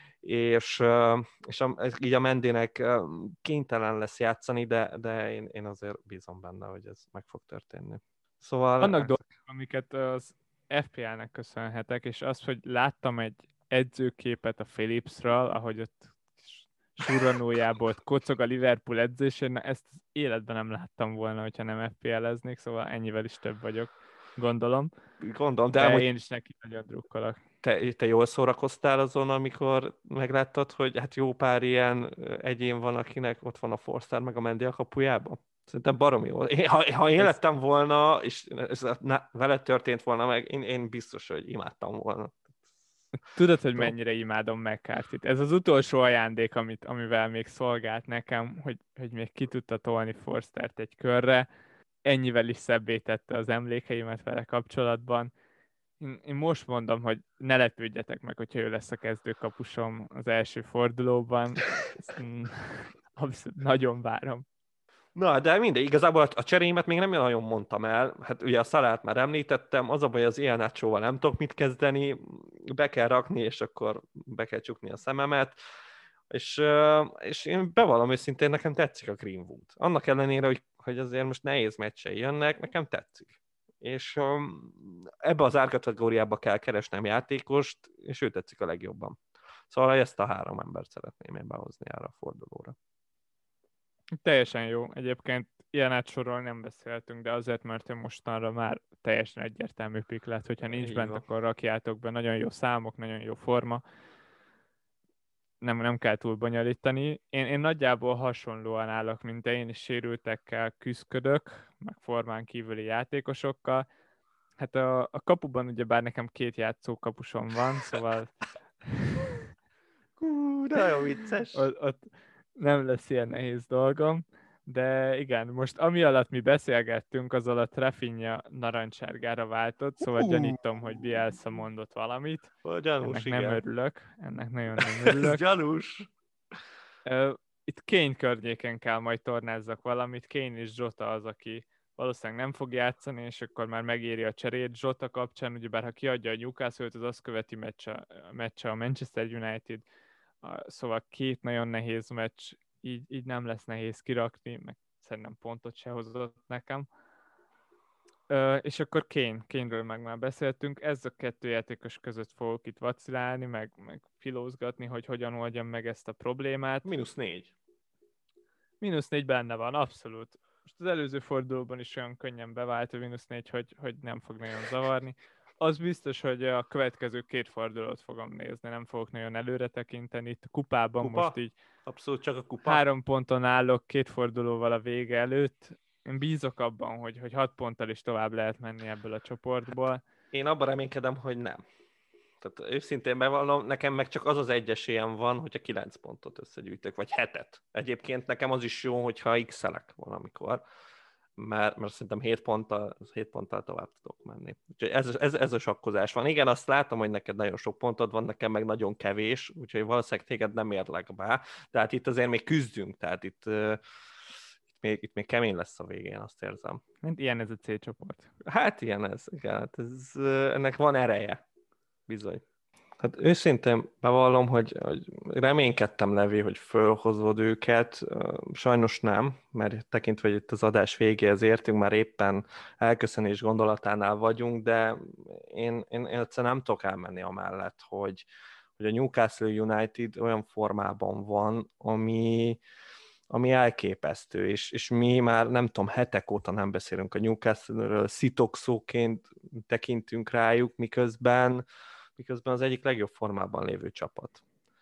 és, és a, így a Mendynek kénytelen lesz játszani, de, de én, én azért bízom benne, hogy ez meg fog történni. Szóval... Vannak dolgok, amiket az ef pé el-nek köszönhetek, és az, hogy láttam egy edzőképet a Philipsről, ahogy ott surranójából kocog a Liverpool edzésén, na ezt az életben nem láttam volna, hogyha nem ef pé el-eznék, szóval ennyivel is több vagyok, gondolom. Gondolom, de, de amúgy... én is neki nagyon drukkolok. Te, te jól szórakoztál azon, amikor megláttad, hogy hát jó pár ilyen egyén van, akinek ott van a Forster meg a Mendy a kapujában? Szerintem baromi jó. Én, ha, ha én lettem volna, és ez ne, vele történt volna meg, én, én biztos, hogy imádtam volna. Tudod, hogy mennyire imádom McCarthy-t. Ez az utolsó ajándék, amit, amivel még szolgált nekem, hogy, hogy még ki tudta tolni Forstert egy körre. Ennyivel is szebbé tette az emlékeimet vele kapcsolatban. Én, én most mondom, hogy ne lepődjetek meg, hogyha ő lesz a kezdőkapusom az első fordulóban. Ezt, mm, abszolút nagyon várom. Na, de mindegy, igazából a cseréimet még nem nagyon mondtam el. Hát ugye a Salát már említettem, az a baj, az ilyen Nacho-val nem tudok mit kezdeni, be kell rakni, és akkor be kell csukni a szememet. És, és én bevallom őszintén, nekem tetszik a Greenwood. Annak ellenére, hogy, hogy azért most nehéz meccsei jönnek, nekem tetszik. És um, ebbe az árkategóriába kell keresnem játékost, és ő tetszik a legjobban. Szóval ezt a három embert szeretném én behozni erre a fordulóra. Teljesen jó. Egyébként ilyen átsorról nem beszéltünk, de azért, mert ő mostanra már teljesen egyértelmű pick lett, hogyha nincs Így bent, van. akkor rakjátok be. Nagyon jó számok, nagyon jó forma. Nem, nem kell túl bonyolítani. Én, én nagyjából hasonlóan állok, mint te, én is sérültekkel küzdködök, meg formán kívüli játékosokkal. Hát a, a kapuban ugyebár nekem két játszó kapusom van, szóval... Hú, de jó vicces. ott, ott nem lesz ilyen nehéz dolgom. De igen, most ami alatt mi beszélgettünk, az alatt Rafinha narancsárgára váltott, szóval uh. gyanítom, hogy Bielsa mondott valamit. A gyanús, ennek igen. nem örülök, ennek nagyon nem örülök. Ez gyanús. Itt Kane környéken kell majd tornázzak valamit. Kane és Jota az, aki valószínűleg nem fog játszani, és akkor már megéri a cserét Jota kapcsán, ugyebár ha kiadja a Newcastle-t, az azt követi meccse, meccse a Manchester United, szóval két nagyon nehéz meccs, így, így nem lesz nehéz kirakni, meg szerintem pontot se hozott nekem. Ö, és akkor Kane, Kane-ről meg már beszéltünk, ez a kettő játékos között fogok itt vacilálni, meg, meg filózgatni, hogy hogyan oldjam meg ezt a problémát. Minusz négy. Minusz négy benne van, abszolút. Most az előző fordulóban is olyan könnyen bevált a minusz négy, hogy, hogy nem fog nagyon zavarni. Az biztos, hogy a következő két fordulót fogom nézni, nem fogok nagyon előre tekinteni. Itt a kupában Kupa? most így Abszolút csak a kupa. Három ponton állok két fordulóval a vége előtt. Én bízok abban, hogy, hogy hat ponttal is tovább lehet menni ebből a csoportból. Én abban reménykedem, hogy nem. Tehát őszintén bevallom, nekem meg csak az az egy esélyem van, hogyha kilenc pontot összegyűjtök, vagy hetet. Egyébként nekem az is jó, hogyha x-elek valamikor, mert, mert szerintem hét ponttal, hét ponttal tovább tudok menni. Úgyhogy ez, ez, ez a sakkozás van. Igen, azt látom, hogy neked nagyon sok pontod van, nekem meg nagyon kevés, úgyhogy valószínűleg téged nem érlek be. Tehát itt azért még küzdünk, tehát itt, uh, itt, még, itt még kemény lesz a végén, azt érzem. Mint ilyen ez a C-csoport. Hát ilyen ez, igen. Hát ez, uh, ennek van ereje. Bizony. Hát őszintén bevallom, hogy, hogy reménykedtem, Levi, hogy fölhozod őket. Sajnos nem, mert tekintve, hogy itt az adás végéhez értünk, már éppen elköszönés gondolatánál vagyunk, de én, én, én egyszerűen nem tudok elmenni amellett, hogy, hogy a Newcastle United olyan formában van, ami, ami elképesztő, és, és mi már nem tudom, hetek óta nem beszélünk a Newcastle-ről, szitokszóként tekintünk rájuk, miközben miközben az egyik legjobb formában lévő csapat.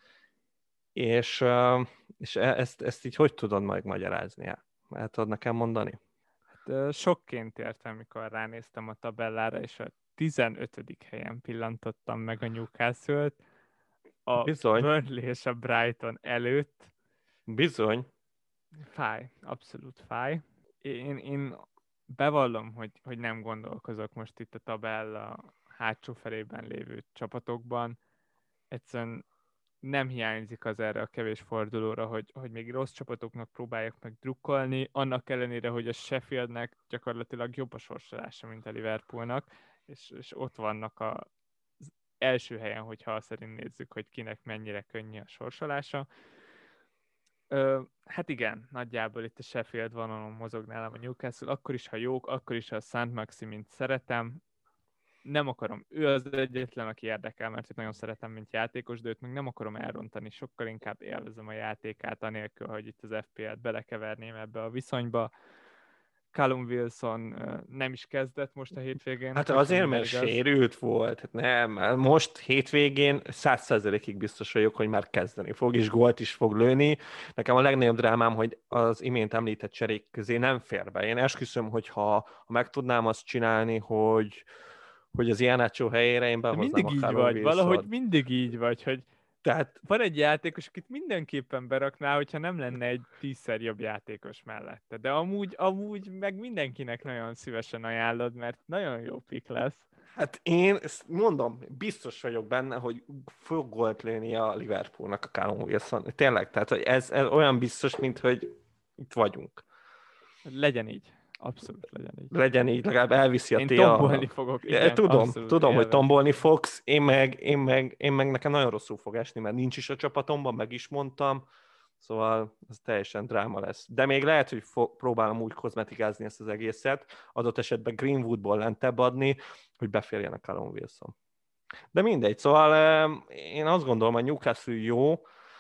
És, és e, ezt, ezt így hogy tudod majd magyarázni el? El tudod nekem mondani? Hát, sokként értem, mikor ránéztem a tabellára, és a tizenötödik helyen pillantottam meg a Newcastle-t, a Bizony, Burnley és a Brighton előtt. bizony. Fáj, abszolút fáj. Én, én bevallom, hogy, hogy nem gondolkozok most itt a tabella hátsó felében lévő csapatokban. Egyszerűen nem hiányzik az erre a kevés fordulóra, hogy, hogy még rossz csapatoknak próbálják meg drukkolni, annak ellenére, hogy a Sheffieldnek gyakorlatilag jobb a sorsolása, mint a Liverpoolnak, és, és ott vannak a, az első helyen, hogyha azt szerint nézzük, hogy kinek mennyire könnyű a sorsolása. Ö, hát igen, nagyjából itt a Sheffield vonalon mozog nálam a Newcastle, akkor is, ha jók, akkor is, ha a Saint Maximint szeretem, nem akarom, ő az egyetlen, aki érdekel, mert őt nagyon szeretem, mint játékos, de őt meg nem akarom elrontani, sokkal inkább élvezem a játékát, anélkül, hogy itt az ef pé el-t belekeverném ebbe a viszonyba. Callum Wilson nem is kezdett most a hétvégén. Hát azért, mert igaz. Sérült volt. Hát nem, most hétvégén száz százalékig biztos vagyok, hogy már kezdeni fog, és gólt is fog lőni. Nekem a legnagyobb drámám, hogy az imént említett cserék közé nem fér be. Én esküszöm, hogy ha, ha meg tudnám azt csinálni, hogy hogy az Iheanacho helyére én behoznám mindig a így Callum vagy, Wilson. valahogy mindig így vagy, hogy tehát van egy játékos, akit mindenképpen berakná, hogyha nem lenne egy tízszer jobb játékos mellette. De amúgy, amúgy meg mindenkinek nagyon szívesen ajánlod, mert nagyon jó pick lesz. Hát én ezt mondom, biztos vagyok benne, hogy fog gólt lőni a Liverpoolnak a Callum Wilson. Tényleg, tehát hogy ez, ez olyan biztos, mint hogy itt vagyunk. Legyen így. Abszolút legyen így. Legyen így, legalább elviszi a én té Én tombolni fogok, igen. Tudom, tudom, élvezem. hogy tombolni fogsz, én meg, én, meg, én meg nekem nagyon rosszul fog esni, mert nincs is a csapatomban, meg is mondtam, szóval ez teljesen dráma lesz. De még lehet, hogy fo- próbálom úgy kozmetikázni ezt az egészet, adott esetben Greenwoodból lentebb adni, hogy beférjen a Callum Wilson. De mindegy, szóval én azt gondolom, hogy Newcastle jó,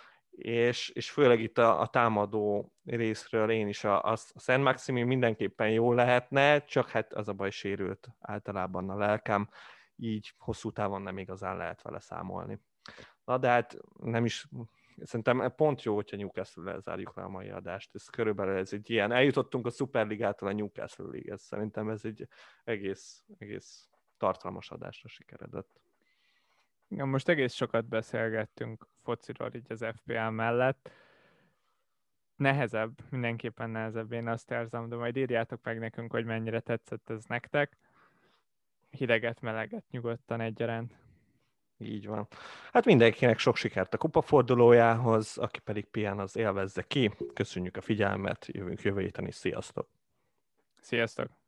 és, és főleg itt a, a támadó részről én is a, a Saint Maximi mindenképpen jó lehetne, csak hát az a baj, sérült általában a lelkem, így hosszú távon nem igazán lehet vele számolni. Na de hát nem is, szerintem pont jó, hogyha Newcastle-lel zárjuk le a mai adást, ez körülbelül ez egy ilyen, eljutottunk a Superligától a Newcastle League, szerintem ez egy egész, egész tartalmas adásra sikeredett. Igen, most egész sokat beszélgettünk fociról így az ef pé el mellett. Nehezebb, mindenképpen nehezebb, én azt érzem, de majd írjátok meg nekünk, hogy mennyire tetszett ez nektek. Hideget, meleget nyugodtan egyaránt. Így van. Hát mindenkinek sok sikert a kupafordulójához, aki pedig pihen, az élvezze ki. Köszönjük a figyelmet, jövünk jövő héten is. Sziasztok! Sziasztok!